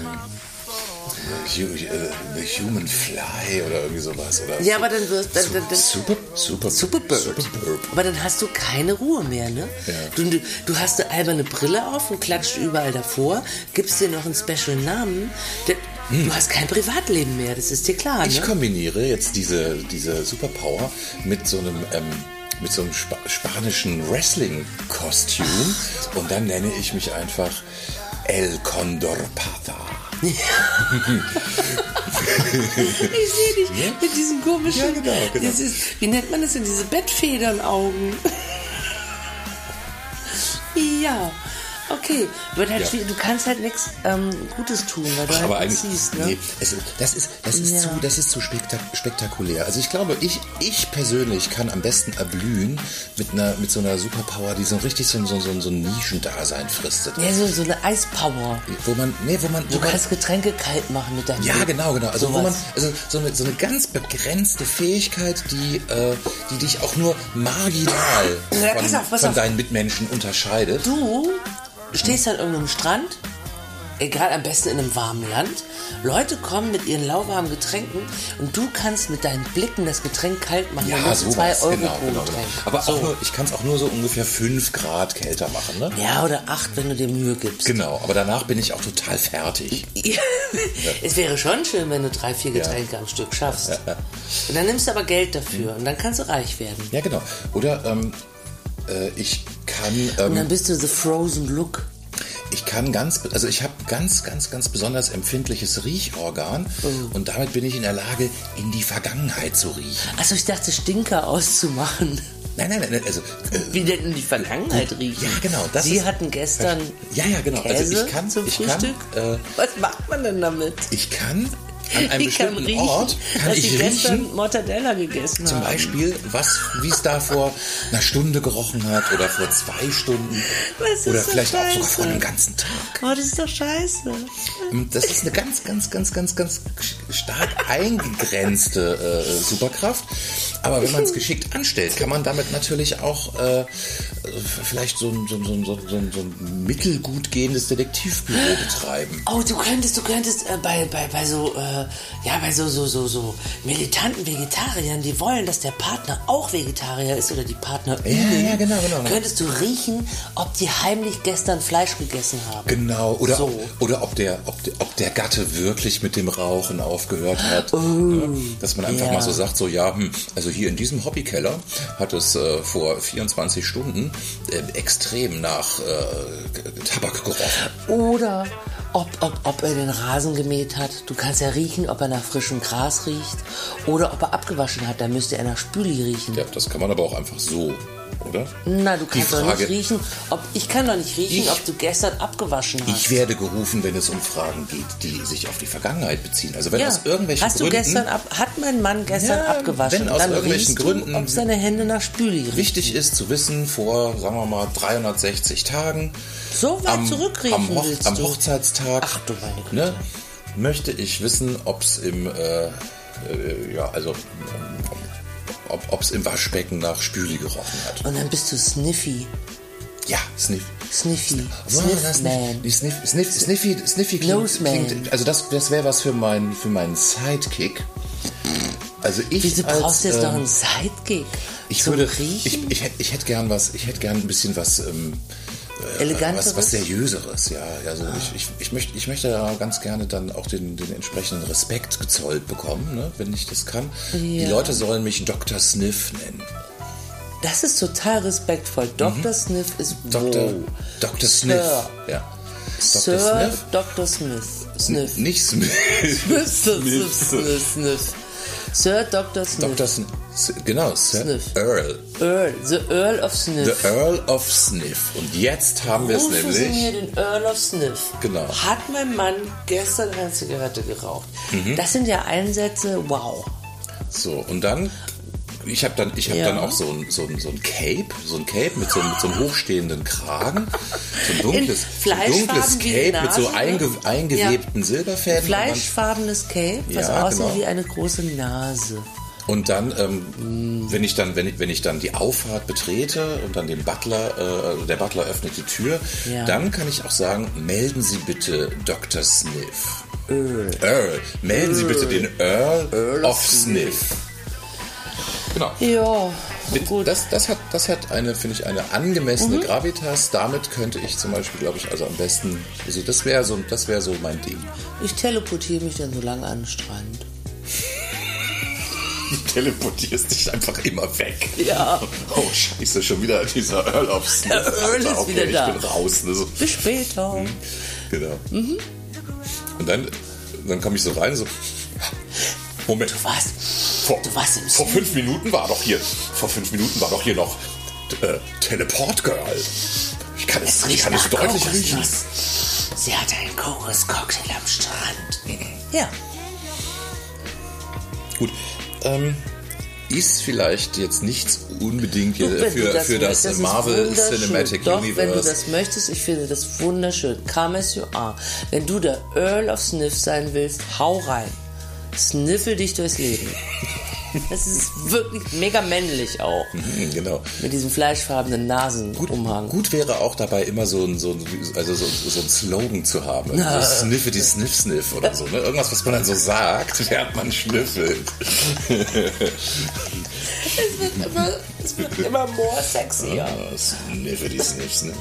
The Human Fly oder irgendwie sowas. Oder Ja, aber dann wirst Superbird. Aber dann hast du keine Ruhe mehr, ne? Ja. Du hast eine alberne Brille auf und klatscht überall davor, gibst dir noch einen Special-Namen. Du hast kein Privatleben mehr, das ist dir klar, Ich ne? kombiniere jetzt diese Superpower mit so einem spanischen Wrestling-Kostüm und dann nenne ich mich einfach El Condor Pata. Ich sehe dich mit diesen komischen... Ja, genau. Das ist, wie nennt man das denn? Diese Bettfedernaugen. Ja, okay. Wird halt schwierig. Du kannst halt nichts Gutes tun, weil du Aber halt nichts eigentlich, siehst, ne? nee, das ist zu spektakulär. Also ich glaube, ich persönlich kann am besten erblühen mit so einer Superpower, die so richtig so ein Nischendasein fristet. Ja, so eine Eispower. Du kannst Getränke kalt machen mit deinem Ja, Blick. genau. Also Sowas. so eine ganz begrenzte Fähigkeit, die dich auch nur marginal Ja, pass auf. von deinen Mitmenschen unterscheidet. Du stehst an irgendeinem Strand, gerade am besten in einem warmen Land. Leute kommen mit ihren lauwarmen Getränken und du kannst mit deinen Blicken das Getränk kalt machen. Ja, dann sowas, 2 Euro genau. pro Getränk. Aber so. auch nur, ich kann es auch nur so ungefähr 5 Grad kälter machen, ne? Ja, oder 8, wenn du dir Mühe gibst. Genau, aber danach bin ich auch total fertig. Es wäre schon schön, wenn du 3, 4 Getränke am Stück schaffst. Und dann nimmst du aber Geld dafür und dann kannst du reich werden. Ja, genau. Oder ich kann... Und dann bist du the frozen look. Ich habe ganz besonders empfindliches Riechorgan und damit bin ich in der Lage, in die Vergangenheit zu riechen. Achso, ich dachte, Stinker auszumachen. Nein, also... Wie denn in die Vergangenheit riechen? Ja, genau. Sie hatten gestern Ja, genau. Käse Also ich kann zum Frühstück. Was macht man denn damit? Ich kann an einem Ich kann bestimmten riechen, Ort dass ich sie gestern riechen, Mortadella gegessen zum haben. Beispiel, wie es da vor einer Stunde gerochen hat oder vor 2 Stunden Was ist oder so vielleicht auch sogar scheiße? vor einem ganzen Tag. Oh, das ist doch scheiße. Das ist eine ganz stark eingegrenzte Superkraft. Aber wenn man es geschickt anstellt, kann man damit natürlich auch vielleicht so ein mittelgut gehendes Detektivbüro betreiben. Oh, du könntest bei so militanten Vegetariern, die wollen, dass der Partner auch Vegetarier ist oder die Partnerin, Ja, genau. könntest du riechen, ob die heimlich gestern Fleisch gegessen haben. Genau, oder So. ob der Gatte wirklich mit dem Rauchen aufgehört hat. Dass man einfach mal so sagt, also hier in diesem Hobbykeller hat es vor 24 Stunden extrem nach Tabak gerochen. Oder ob er den Rasen gemäht hat. Du kannst ja riechen, ob er nach frischem Gras riecht. Oder ob er abgewaschen hat, dann müsste er nach Spüli riechen. Ja, das kann man aber auch einfach so, oder? Na, du kannst doch Frage- nicht riechen, ich kann doch nicht riechen, ob du gestern abgewaschen hast. Ich werde gerufen, wenn es um Fragen geht, die sich auf die Vergangenheit beziehen. Also wenn Ja. aus irgendwelchen Hast du Gründen... gestern hat mein Mann gestern Ja, abgewaschen? wenn aus dann irgendwelchen riechst du, Gründen ob seine Hände nach Spüli riechen. Wichtig ist zu wissen, vor, sagen wir mal, 360 Tagen... So weit zurückriechen willst am du? Hochzeitstag... Ach du meine Güte. Ne, möchte ich wissen, ob es im Waschbecken nach Spüli gerochen hat. Und dann bist du Sniffy. Ja, Sniffy. Sniffman. Sniffy Noseman. klingt, also das wäre was für meinen Sidekick. Also Wieso brauchst du jetzt noch einen Sidekick? Ich Zum würde, Riechen? ich hätte gern ein bisschen was Eleganteres? was Seriöseres, ja. Also ich möchte da ganz gerne dann auch den entsprechenden Respekt gezollt bekommen, ne, wenn ich das kann. Ja. Die Leute sollen mich Dr. Sniff nennen. Das ist total respektvoll. Dr. Sniff ist Dr. Sniff. Ja. Sir Dr. Smith. Sniff. Nicht Smith. Sniff. Sir Dr. Sniff. Dr. Sniff. Genau, Sir Sniff. Earl. The Earl of Sniff. The Earl of Sniff. Und jetzt haben wir es Rufen Sie mir nämlich. den Earl of Sniff. Genau. Hat mein Mann gestern eine Zigarette geraucht? Das sind ja Einsätze, wow. So, und dann Ich habe dann auch so ein Cape mit so einem hochstehenden Kragen, so ein dunkles Cape mit so eingewebten Silberfäden. Fleischfarbenes Cape, was aussieht wie eine große Nase. Und dann, wenn ich dann die Auffahrt betrete und dann der Butler öffnet die Tür, dann kann ich auch sagen, melden Sie bitte Dr. Sniff. Melden Sie bitte den Earl of Sniff. Genau. Ja, gut. Das hat eine, finde ich, eine angemessene Gravitas. Damit könnte ich zum Beispiel, glaube ich, also am besten, also das wäre so mein Ding. Ich teleportiere mich dann so lange an den Strand. Du teleportierst dich einfach immer weg. Ja. Oh, scheiße, schon wieder dieser Earl of Sniff. Der Earl ist wieder da. Ich bin raus. Ne, so. Bis später. Genau. Und dann komme ich so rein, so... Moment. Du warst im Vor 5 Minuten war doch hier noch Teleport Girl. Ich kann es deutlich riechen. Sie hatte einen Kokoscocktail am Strand. Ja. Gut. Ist vielleicht jetzt nichts unbedingt für das Marvel Cinematic Universe. Wenn du das möchtest, ich finde das wunderschön. Come as you are. Wenn du der Earl of Sniff sein willst, hau rein. Sniffel dich durchs Leben. Das ist wirklich mega männlich auch. Genau. Mit diesem fleischfarbenen Nasenumhang. Gut wäre auch dabei immer so ein Slogan zu haben. Also so Sniffety Sniff Sniff oder so. Ne? Irgendwas, was man dann so sagt, während man schnüffelt. Es wird immer more sexier. Sniffety Sniff Sniff.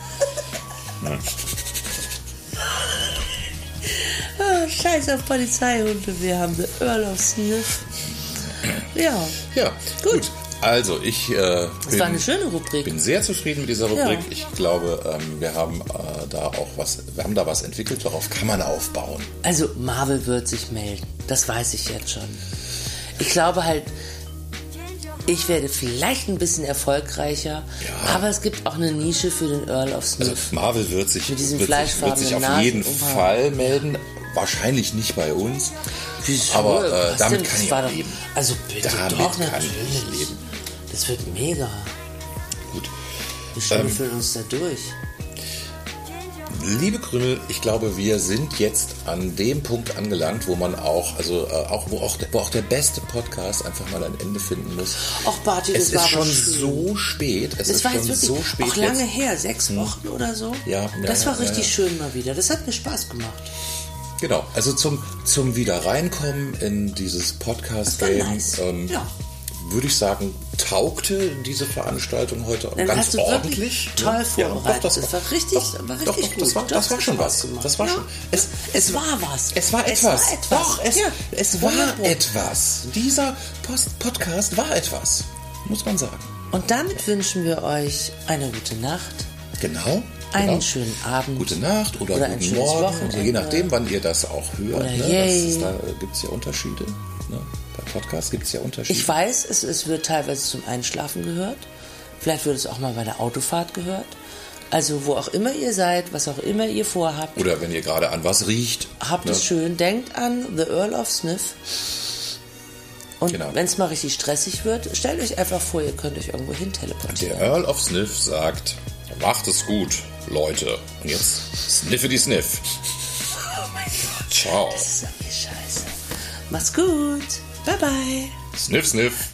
Scheiß auf Polizeihunde, wir haben the Earl of Sniff. Ja, gut. Also, das war eine schöne Rubrik. Bin sehr zufrieden mit dieser Rubrik. Ja. Ich glaube, wir haben da was entwickelt, darauf kann man aufbauen. Also, Marvel wird sich melden. Das weiß ich jetzt schon. Ich glaube halt, ich werde vielleicht ein bisschen erfolgreicher, aber es gibt auch eine Nische für den Earl of Sniff. Also Marvel wird sich auf jeden Fall melden. Wahrscheinlich nicht bei uns. Wieso? Aber damit kann ich auch leben. Also bitte doch, natürlich. Das wird mega. Gut. Wir schnüffeln uns da durch. Liebe Krümel, ich glaube, wir sind jetzt an dem Punkt angelangt, wo man wo auch der beste Podcast einfach mal ein Ende finden muss. Ach, Barty, es ist schon so spät. Es war jetzt so spät. Auch lange her, 6 Wochen oder so. Das war richtig schön mal wieder. Das hat mir Spaß gemacht. Genau, also zum wieder reinkommen in dieses Podcast-Game, nice. würde ich sagen, taugte diese Veranstaltung heute Dann ganz hast du ordentlich. Toll vorbereitet. Das war richtig gut. Das war schon was. Es war was. Es war etwas. Es war etwas. Dieser Podcast war etwas, muss man sagen. Und damit wünschen wir euch eine gute Nacht. Genau. Einen schönen Abend. Gute Nacht oder guten Morgen. Also je nachdem, wann ihr das auch hört. Oder da gibt es ja Unterschiede. Ne? Bei Podcasts gibt es ja Unterschiede. Ich weiß, es wird teilweise zum Einschlafen gehört. Vielleicht wird es auch mal bei der Autofahrt gehört. Also wo auch immer ihr seid, was auch immer ihr vorhabt. Oder wenn ihr gerade an was riecht. Habt es schön. Denkt an The Earl of Sniff. Und wenn es mal richtig stressig wird, stellt euch einfach vor, ihr könnt euch irgendwo hin teleportieren. Der Earl of Sniff sagt, macht es gut, Leute. Und jetzt Sniffety Sniff. Oh mein Gott. Ciao. Das ist ja scheiße. Macht's gut. Bye bye. Sniff Sniff.